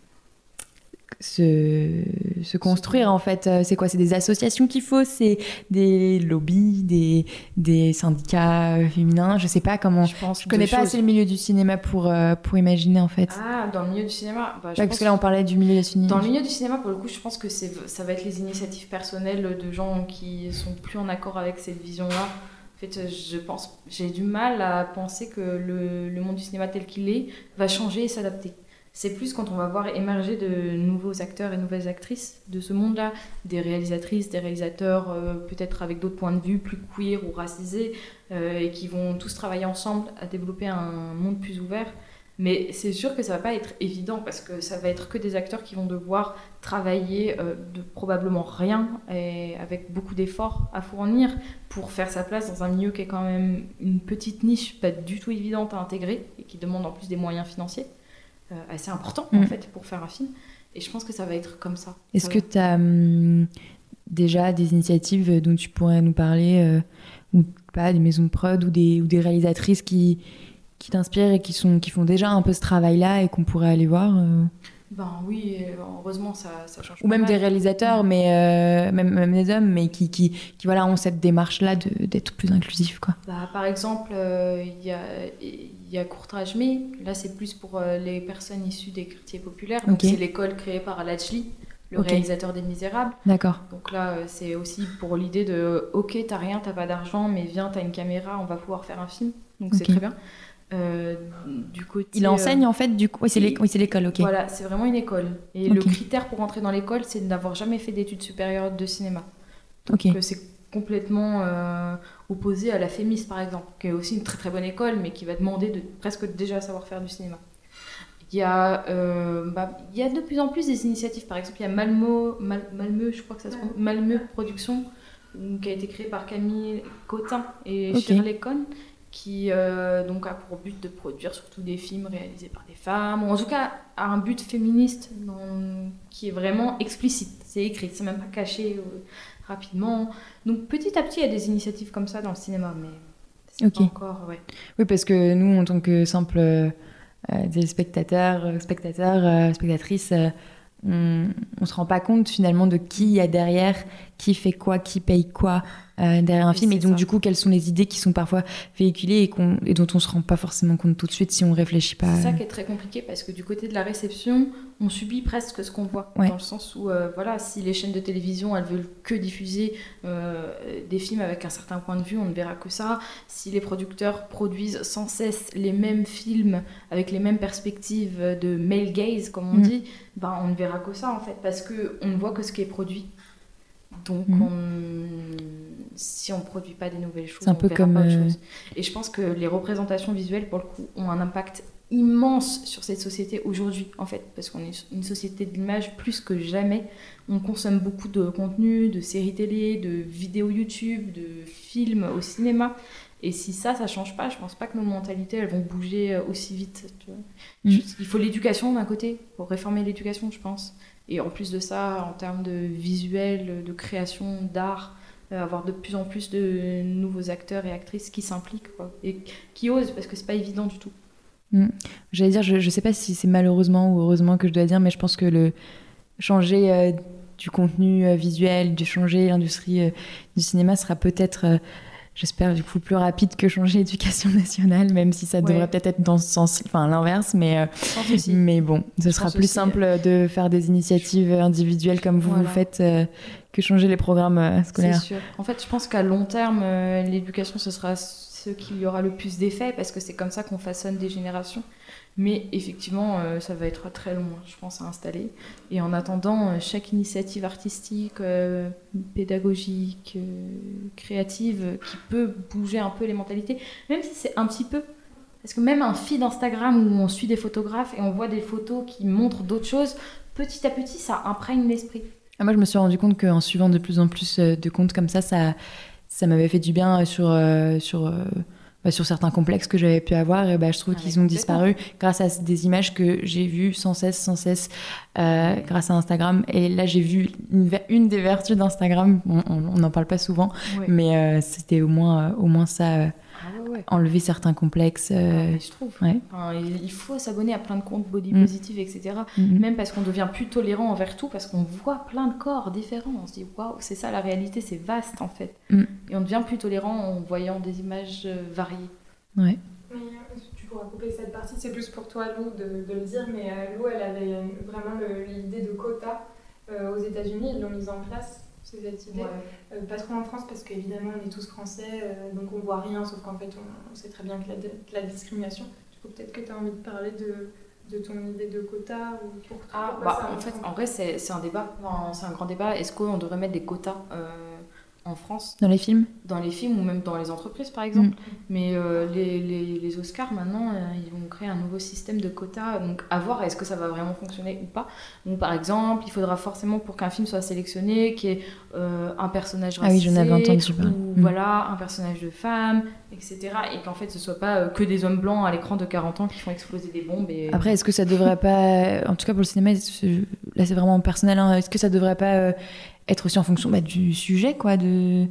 se, se construire, en fait? C'est quoi? C'est des associations qu'il faut? C'est des lobbies, des, des syndicats féminins? Je sais pas comment. Je, pense je connais pas choses. assez le milieu du cinéma pour, euh, pour imaginer, en fait. Ah, dans le milieu du cinéma bah, je ouais, pense parce que là, on parlait du milieu du cinéma. Dans le milieu du cinéma, pour le coup, je pense que c'est, ça va être les initiatives personnelles de gens qui sont plus en accord avec cette vision-là. En fait, je pense, j'ai du mal à penser que le, le monde du cinéma tel qu'il est va changer et s'adapter. C'est plus quand on va voir émerger de nouveaux acteurs et nouvelles actrices de ce monde-là, des réalisatrices, des réalisateurs euh, peut-être avec d'autres points de vue, plus queer ou racisés, euh, et qui vont tous travailler ensemble à développer un monde plus ouvert. Mais c'est sûr que ça va pas être évident parce que ça va être que des acteurs qui vont devoir travailler euh, de probablement rien et avec beaucoup d'efforts à fournir pour faire sa place dans un milieu qui est quand même une petite niche pas du tout évidente à intégrer et qui demande en plus des moyens financiers euh, assez importants mmh. en fait pour faire un film. Et je pense que ça va être comme ça. Est-ce ça que tu as hum, déjà des initiatives dont tu pourrais nous parler euh, ou pas, des maisons de prod ou des, ou des réalisatrices qui qui t'inspirent et qui, sont, qui font déjà un peu ce travail-là et qu'on pourrait aller voir euh... Ben oui, heureusement, ça, ça change. Ou même mal. des réalisateurs, mais euh, même, même des hommes, mais qui, qui, qui voilà, ont cette démarche-là de, d'être plus inclusifs, quoi. Bah, par exemple, il euh, y, a, y a Courtrage Mais, là c'est plus pour euh, les personnes issues des quartiers populaires. Donc okay. C'est l'école créée par Lachli, le okay. réalisateur des Misérables. D'accord. Donc là, c'est aussi pour l'idée de, ok, t'as rien, t'as pas d'argent, mais viens, t'as une caméra, on va pouvoir faire un film. Donc okay. c'est très bien. Euh, du côté, il enseigne euh, en fait du coup oui c'est, oui, c'est l'école ok voilà c'est vraiment une école et okay. le critère pour entrer dans l'école c'est de n'avoir jamais fait d'études supérieures de cinéma donc okay. c'est complètement euh, opposé à la Fémis par exemple qui est aussi une très très bonne école mais qui va demander de presque déjà savoir faire du cinéma. Il y a euh, bah, il y a de plus en plus des initiatives, par exemple il y a Malmo Mal, Malmö je crois que ça se prononce Malmö Productions qui a été créée par Camille Cotin et okay. Shirley Cohn qui euh, donc a pour but de produire surtout des films réalisés par des femmes, ou en tout cas a un but féministe dans, qui est vraiment explicite, c'est écrit, c'est même pas caché euh, rapidement. Donc petit à petit il y a des initiatives comme ça dans le cinéma, mais c'est okay. pas encore... Ouais. Oui, parce que nous en tant que simples euh, des spectateurs, spectateurs, euh, spectatrices, euh, on, on se rend pas compte finalement de qui il y a derrière, qui fait quoi, qui paye quoi euh, derrière un et film, et donc ça. Du coup quelles sont les idées qui sont parfois véhiculées et, qu'on, et dont on se rend pas forcément compte tout de suite si on réfléchit pas. C'est ça qui est très compliqué parce que du côté de la réception on subit presque ce qu'on voit, ouais. dans le sens où euh, voilà, si les chaînes de télévision elles veulent que diffuser euh, des films avec un certain point de vue, on ne verra que ça. Si les producteurs produisent sans cesse les mêmes films avec les mêmes perspectives de male gaze comme on mmh. dit, ben, on ne verra que ça en fait, parce qu'on ne voit que ce qui est produit. Donc mmh. on... si on ne produit pas des nouvelles choses, c'est un on peu verra comme pas autre euh... chose. Et je pense que les représentations visuelles pour le coup ont un impact immense sur cette société aujourd'hui en fait, parce qu'on est une société de l'image plus que jamais. On consomme beaucoup de contenu, de séries télé, de vidéos YouTube, de films au cinéma, et si ça ça change pas, je pense pas que nos mentalités elles vont bouger aussi vite, tu vois. Mmh. Je... il faut l'éducation d'un côté pour réformer l'éducation, je pense, et en plus de ça en termes de visuel, de création, d'art, euh, avoir de plus en plus de nouveaux acteurs et actrices qui s'impliquent quoi, et qui osent, parce que c'est pas évident du tout. Mmh. J'allais dire, je ne sais pas si c'est malheureusement ou heureusement que je dois dire, mais je pense que le changer euh, du contenu euh, visuel, de changer l'industrie euh, du cinéma sera peut-être, euh, j'espère, du coup plus rapide que changer l'éducation nationale, même si ça ouais. devrait peut-être être dans ce sens, enfin l'inverse, mais, euh, mais bon, ce je sera plus aussi, simple euh... de faire des initiatives individuelles comme vous, voilà. vous faites euh, que changer les programmes euh, scolaires. C'est sûr. En fait, je pense qu'à long terme, euh, l'éducation, ce sera... ce qui y aura le plus d'effet, parce que c'est comme ça qu'on façonne des générations. Mais effectivement, euh, ça va être très long, je pense, à installer. Et en attendant, euh, chaque initiative artistique, euh, pédagogique, euh, créative, euh, qui peut bouger un peu les mentalités, même si c'est un petit peu... Parce que même un feed Instagram où on suit des photographes et on voit des photos qui montrent d'autres choses, petit à petit, ça imprègne l'esprit. Ah, moi, je me suis rendu compte qu'en suivant de plus en plus de comptes comme ça, ça, ça m'avait fait du bien sur... Euh, sur euh... Bah, sur certains complexes que j'avais pu avoir, et bah, je trouve ah, qu'ils ont disparu grâce à des images que j'ai vues sans cesse, sans cesse, euh, grâce à Instagram. Et là, j'ai vu une, une des vertus d'Instagram, on n'en parle pas souvent, ouais. mais euh, c'était au moins, euh, au moins ça, euh, ah, ouais, ouais. enlever certains complexes. Euh, ah, je trouve. Ouais. Enfin, il faut s'abonner à plein de comptes body mmh. positive, et cetera. Mmh. Même parce qu'on devient plus tolérant envers tout, parce qu'on voit plein de corps différents. On se dit, waouh, c'est ça la réalité, c'est vaste en fait. Mmh. Et on devient plus tolérant en voyant des images variées. Ouais. Mais, tu pourras couper cette partie, c'est plus pour toi, Lou, de, de le dire, mais euh, Lou, elle avait vraiment le, l'idée de quotas euh, aux États-Unis, ils l'ont mise en place, cette idée. Ouais. Euh, pas trop en France, parce qu'évidemment, on est tous français, euh, donc on voit rien, sauf qu'en fait, on, on sait très bien que la, que la discrimination. Du coup, peut-être que tu as envie de parler de, de ton idée de quotas ou pour toi. Ah, bah, en fait, en vrai, c'est, c'est un débat, enfin, c'est un grand débat. Est-ce qu'on devrait mettre des quotas euh, en France, dans les films dans les films ou même dans les entreprises par exemple. Mmh. Mais euh, les, les, les Oscars maintenant, euh, ils vont créer un nouveau système de quotas, donc à voir est-ce que ça va vraiment fonctionner ou pas. Donc par exemple, il faudra forcément pour qu'un film soit sélectionné qu'il y ait euh, un personnage racisé, ah oui, j'en avais entendu ou mmh. voilà, un personnage de femme, et cetera. Et qu'en fait ce soit pas euh, que des hommes blancs à l'écran de quarante ans qui font exploser des bombes. Et... Après, est-ce que ça devrait pas, en tout cas pour le cinéma, là c'est vraiment personnel, hein, est-ce que ça devrait pas euh, être aussi en fonction bah, du sujet, quoi, de,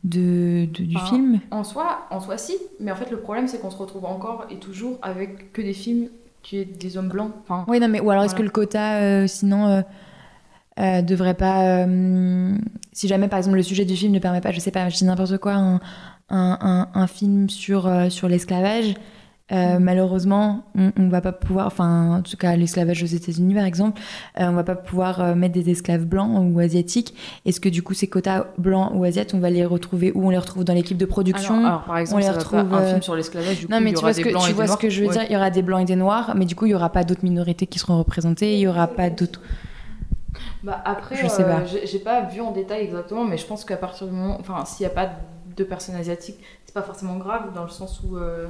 de, de, du enfin, film. En soi, en soi, si. Mais en fait, le problème, c'est qu'on se retrouve encore et toujours avec que des films qui est des hommes blancs. Enfin, oui, non, mais ou alors voilà. Est-ce que le quota, euh, sinon, euh, euh, devrait pas... Euh, si jamais, par exemple, le sujet du film ne permet pas, je sais pas, je dis n'importe quoi, un, un, un, un film sur, euh, sur l'esclavage, Euh, mmh. malheureusement, on, on va pas pouvoir, enfin, en tout cas, l'esclavage aux États-Unis, par exemple, euh, on va pas pouvoir euh, mettre des esclaves blancs ou asiatiques. Est-ce que du coup, ces quotas blancs ou asiates, on va les retrouver où? On les retrouve dans l'équipe de production? Alors, alors par exemple, on les retrouve un film sur l'esclavage. Du non, coup, mais il y tu aura vois ce des que blancs tu et vois des ce que je veux ouais. dire. Il y aura des blancs et des noirs, mais du coup, il y aura pas d'autres minorités qui seront représentées. Il y aura pas d'autres. Bah après, je sais pas. Euh, j'ai, j'ai pas vu en détail exactement, mais je pense qu'à partir du moment, enfin, s'il y a pas de personnes asiatiques, c'est pas forcément grave dans le sens où. Euh,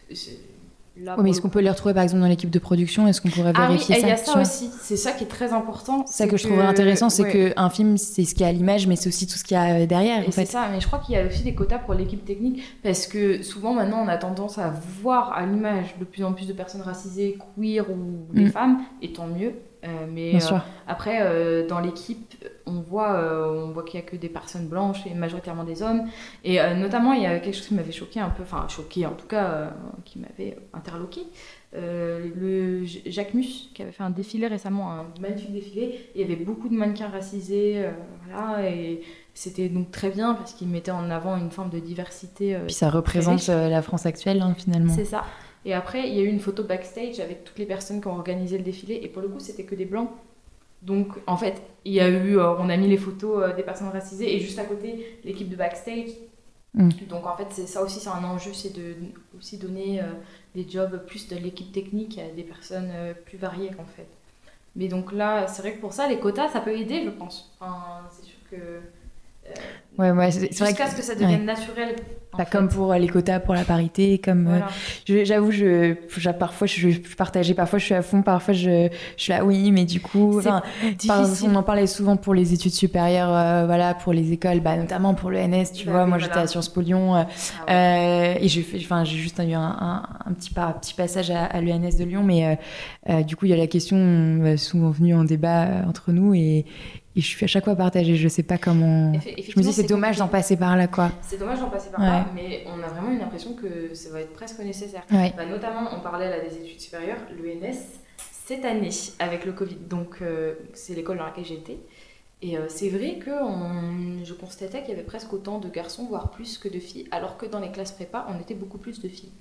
Là, oui, mais est-ce qu'on peut les retrouver par exemple dans l'équipe de production? Est-ce qu'on pourrait vérifier ah oui, ça? Il y a ça aussi, c'est ça qui est très important. C'est ça que, que je trouverais intéressant, c'est ouais. qu'un film, c'est ce qu'il y a à l'image, mais c'est aussi tout ce qu'il y a derrière. Et en c'est fait. ça, mais je crois qu'il y a aussi des quotas pour l'équipe technique, parce que souvent maintenant on a tendance à voir à l'image de plus en plus de personnes racisées, queer ou des mm. femmes, et tant mieux. Euh, mais euh, après, euh, dans l'équipe, on voit, euh, on voit qu'il n'y a que des personnes blanches et majoritairement des hommes. Et euh, notamment, il y a quelque chose qui m'avait choqué un peu, enfin choqué en tout cas, euh, qui m'avait interloqué. Euh, le Jacques Mus, qui avait fait un défilé récemment, un magnifique défilé. Il y avait beaucoup de mannequins racisés, euh, voilà, et c'était donc très bien parce qu'il mettait en avant une forme de diversité. Euh, Puis ça représente euh, la France actuelle, hein, finalement. C'est ça. Et après, il y a eu une photo backstage avec toutes les personnes qui ont organisé le défilé. Et pour le coup, c'était que des blancs. Donc, en fait, il y a eu, euh, on a mis les photos euh, des personnes racisées et juste à côté, l'équipe de backstage. Mm. Donc, en fait, c'est, ça aussi, c'est un enjeu, c'est de aussi donner euh, des jobs plus de l'équipe technique à des personnes euh, plus variées, en fait. Mais donc là, c'est vrai que pour ça, les quotas, ça peut aider, je pense. Enfin, c'est sûr que... Euh, ouais, ouais, c'est, c'est jusqu'à vrai que, ce que ça devienne ouais. naturel. Bah, comme pour les quotas pour la parité, comme voilà. euh, je, j'avoue, je, je, parfois je suis partagée, parfois je suis à fond, parfois je, je suis là, oui, mais du coup, par, on en parlait souvent pour les études supérieures, euh, voilà, pour les écoles, bah, notamment pour le N S, tu bah, vois, oui, moi voilà. J'étais à Sciences Po Lyon, euh, ah ouais. euh, et j'ai, fait, j'ai juste eu un, un, un, petit, un petit passage à, à l'E N S de Lyon, mais euh, euh, du coup, il y a la question euh, souvent venue en débat euh, entre nous, et Et je suis à chaque fois partagée, je sais pas comment... Je me dis c'est dommage d'en passer par là, quoi. C'est dommage d'en passer par ouais. là, mais on a vraiment une impression que ça va être presque nécessaire. Ouais. Bah, notamment, on parlait là des études supérieures, l'E N S, cette année, avec le Covid, donc euh, c'est l'école dans laquelle j'étais. Et euh, c'est vrai que on... je constatais qu'il y avait presque autant de garçons, voire plus que de filles, alors que dans les classes prépa, on était beaucoup plus de filles.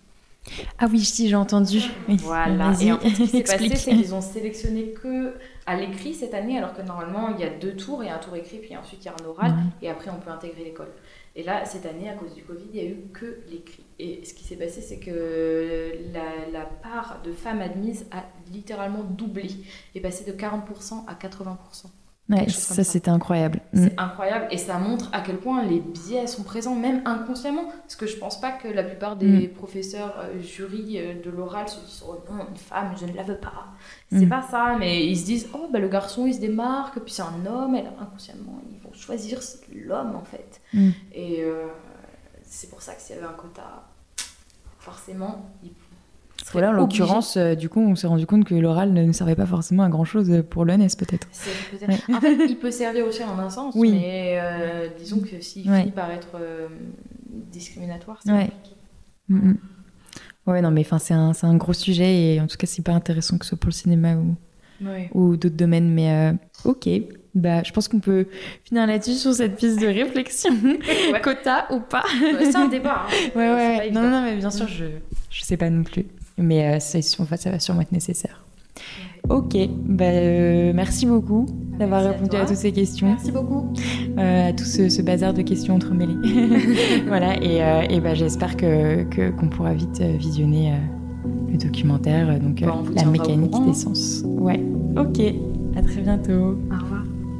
Ah oui, si, j'ai entendu. Oui. Voilà. Vas-y, et en fait, ce qui s'est explique. passé, c'est qu'ils ont sélectionné que à l'écrit cette année, alors que normalement, il y a deux tours, il y a un tour écrit, puis ensuite il y a un oral, Ouais. et après on peut intégrer l'école. Et là, cette année, à cause du Covid, il n'y a eu que l'écrit. Et ce qui s'est passé, c'est que la, la part de femmes admises a littéralement doublé, est passée de quarante pour cent à quatre-vingts pour cent. Ouais, ça, ça c'était incroyable. C'est mm. incroyable et ça montre à quel point les biais sont présents, même inconsciemment. Parce que je pense pas que la plupart des mm. professeurs euh, jury euh, de l'oral se disent oh non, une femme, je ne la veux pas. C'est mm. pas ça, mais ils se disent oh bah le garçon il se démarque, puis c'est un homme, et là inconsciemment ils vont choisir l'homme en fait. Mm. Et euh, c'est pour ça que s'il y avait un quota, forcément, ils Voilà, en obligé. l'occurrence, euh, du coup, on s'est rendu compte que l'oral ne servait pas forcément à grand-chose pour l'E N S, peut-être. C'est, peut-être... Ouais. En fait, il peut servir aussi en un sens, oui. mais euh, disons que s'il ouais. finit par être euh, discriminatoire, c'est ouais. compliqué. Mm-hmm. Ouais, non, mais c'est un, c'est un gros sujet, et en tout cas, c'est pas intéressant que ce soit pour le cinéma ou, ouais. ou d'autres domaines, mais euh, ok. Bah, je pense qu'on peut finir là-dessus sur cette piste de réflexion. Ouais. Quota ou pas. Ouais, c'est un débat. Hein. Ouais, ouais, ouais. Non, non, mais bien sûr, je, je sais pas non plus. Mais euh, c'est, enfin, ça va sûrement être nécessaire. Ouais. Ok, bah, euh, merci beaucoup bah, d'avoir merci répondu à, à toutes ces questions. Merci beaucoup. Euh, à tout ce, ce bazar de questions entremêlées. Voilà, et, euh, et bah, j'espère que, que, qu'on pourra vite visionner euh, le documentaire, donc euh, bon, La mécanique des sens. Ouais, ok, à très bientôt. Au revoir.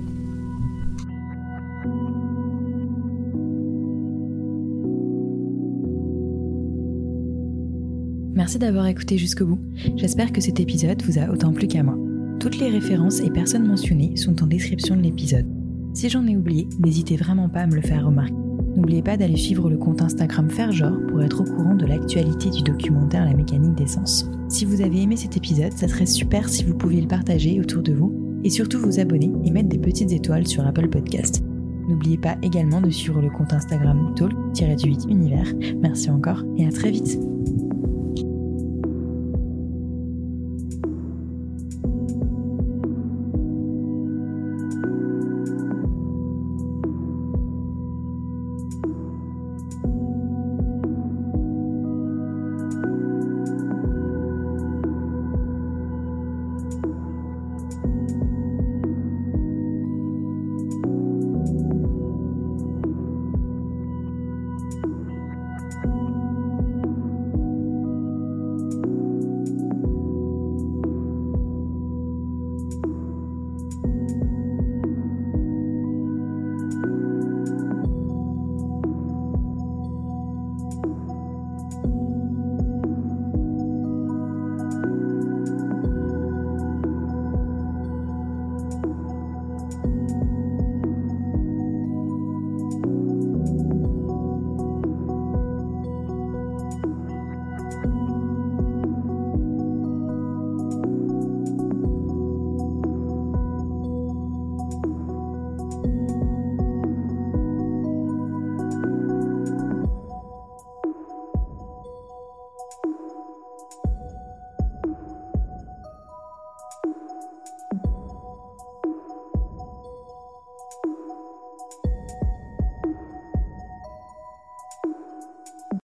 Merci d'avoir écouté jusqu'au bout. J'espère que cet épisode vous a autant plu qu'à moi. Toutes les références et personnes mentionnées sont en description de l'épisode. Si j'en ai oublié, n'hésitez vraiment pas à me le faire remarquer. N'oubliez pas d'aller suivre le compte Instagram Faire Genre pour être au courant de l'actualité du documentaire La mécanique des sens. Si vous avez aimé cet épisode, ça serait super si vous pouviez le partager autour de vous et surtout vous abonner et mettre des petites étoiles sur Apple Podcast. N'oubliez pas également de suivre le compte Instagram talk tiret du huit univers. Merci encore et à très vite.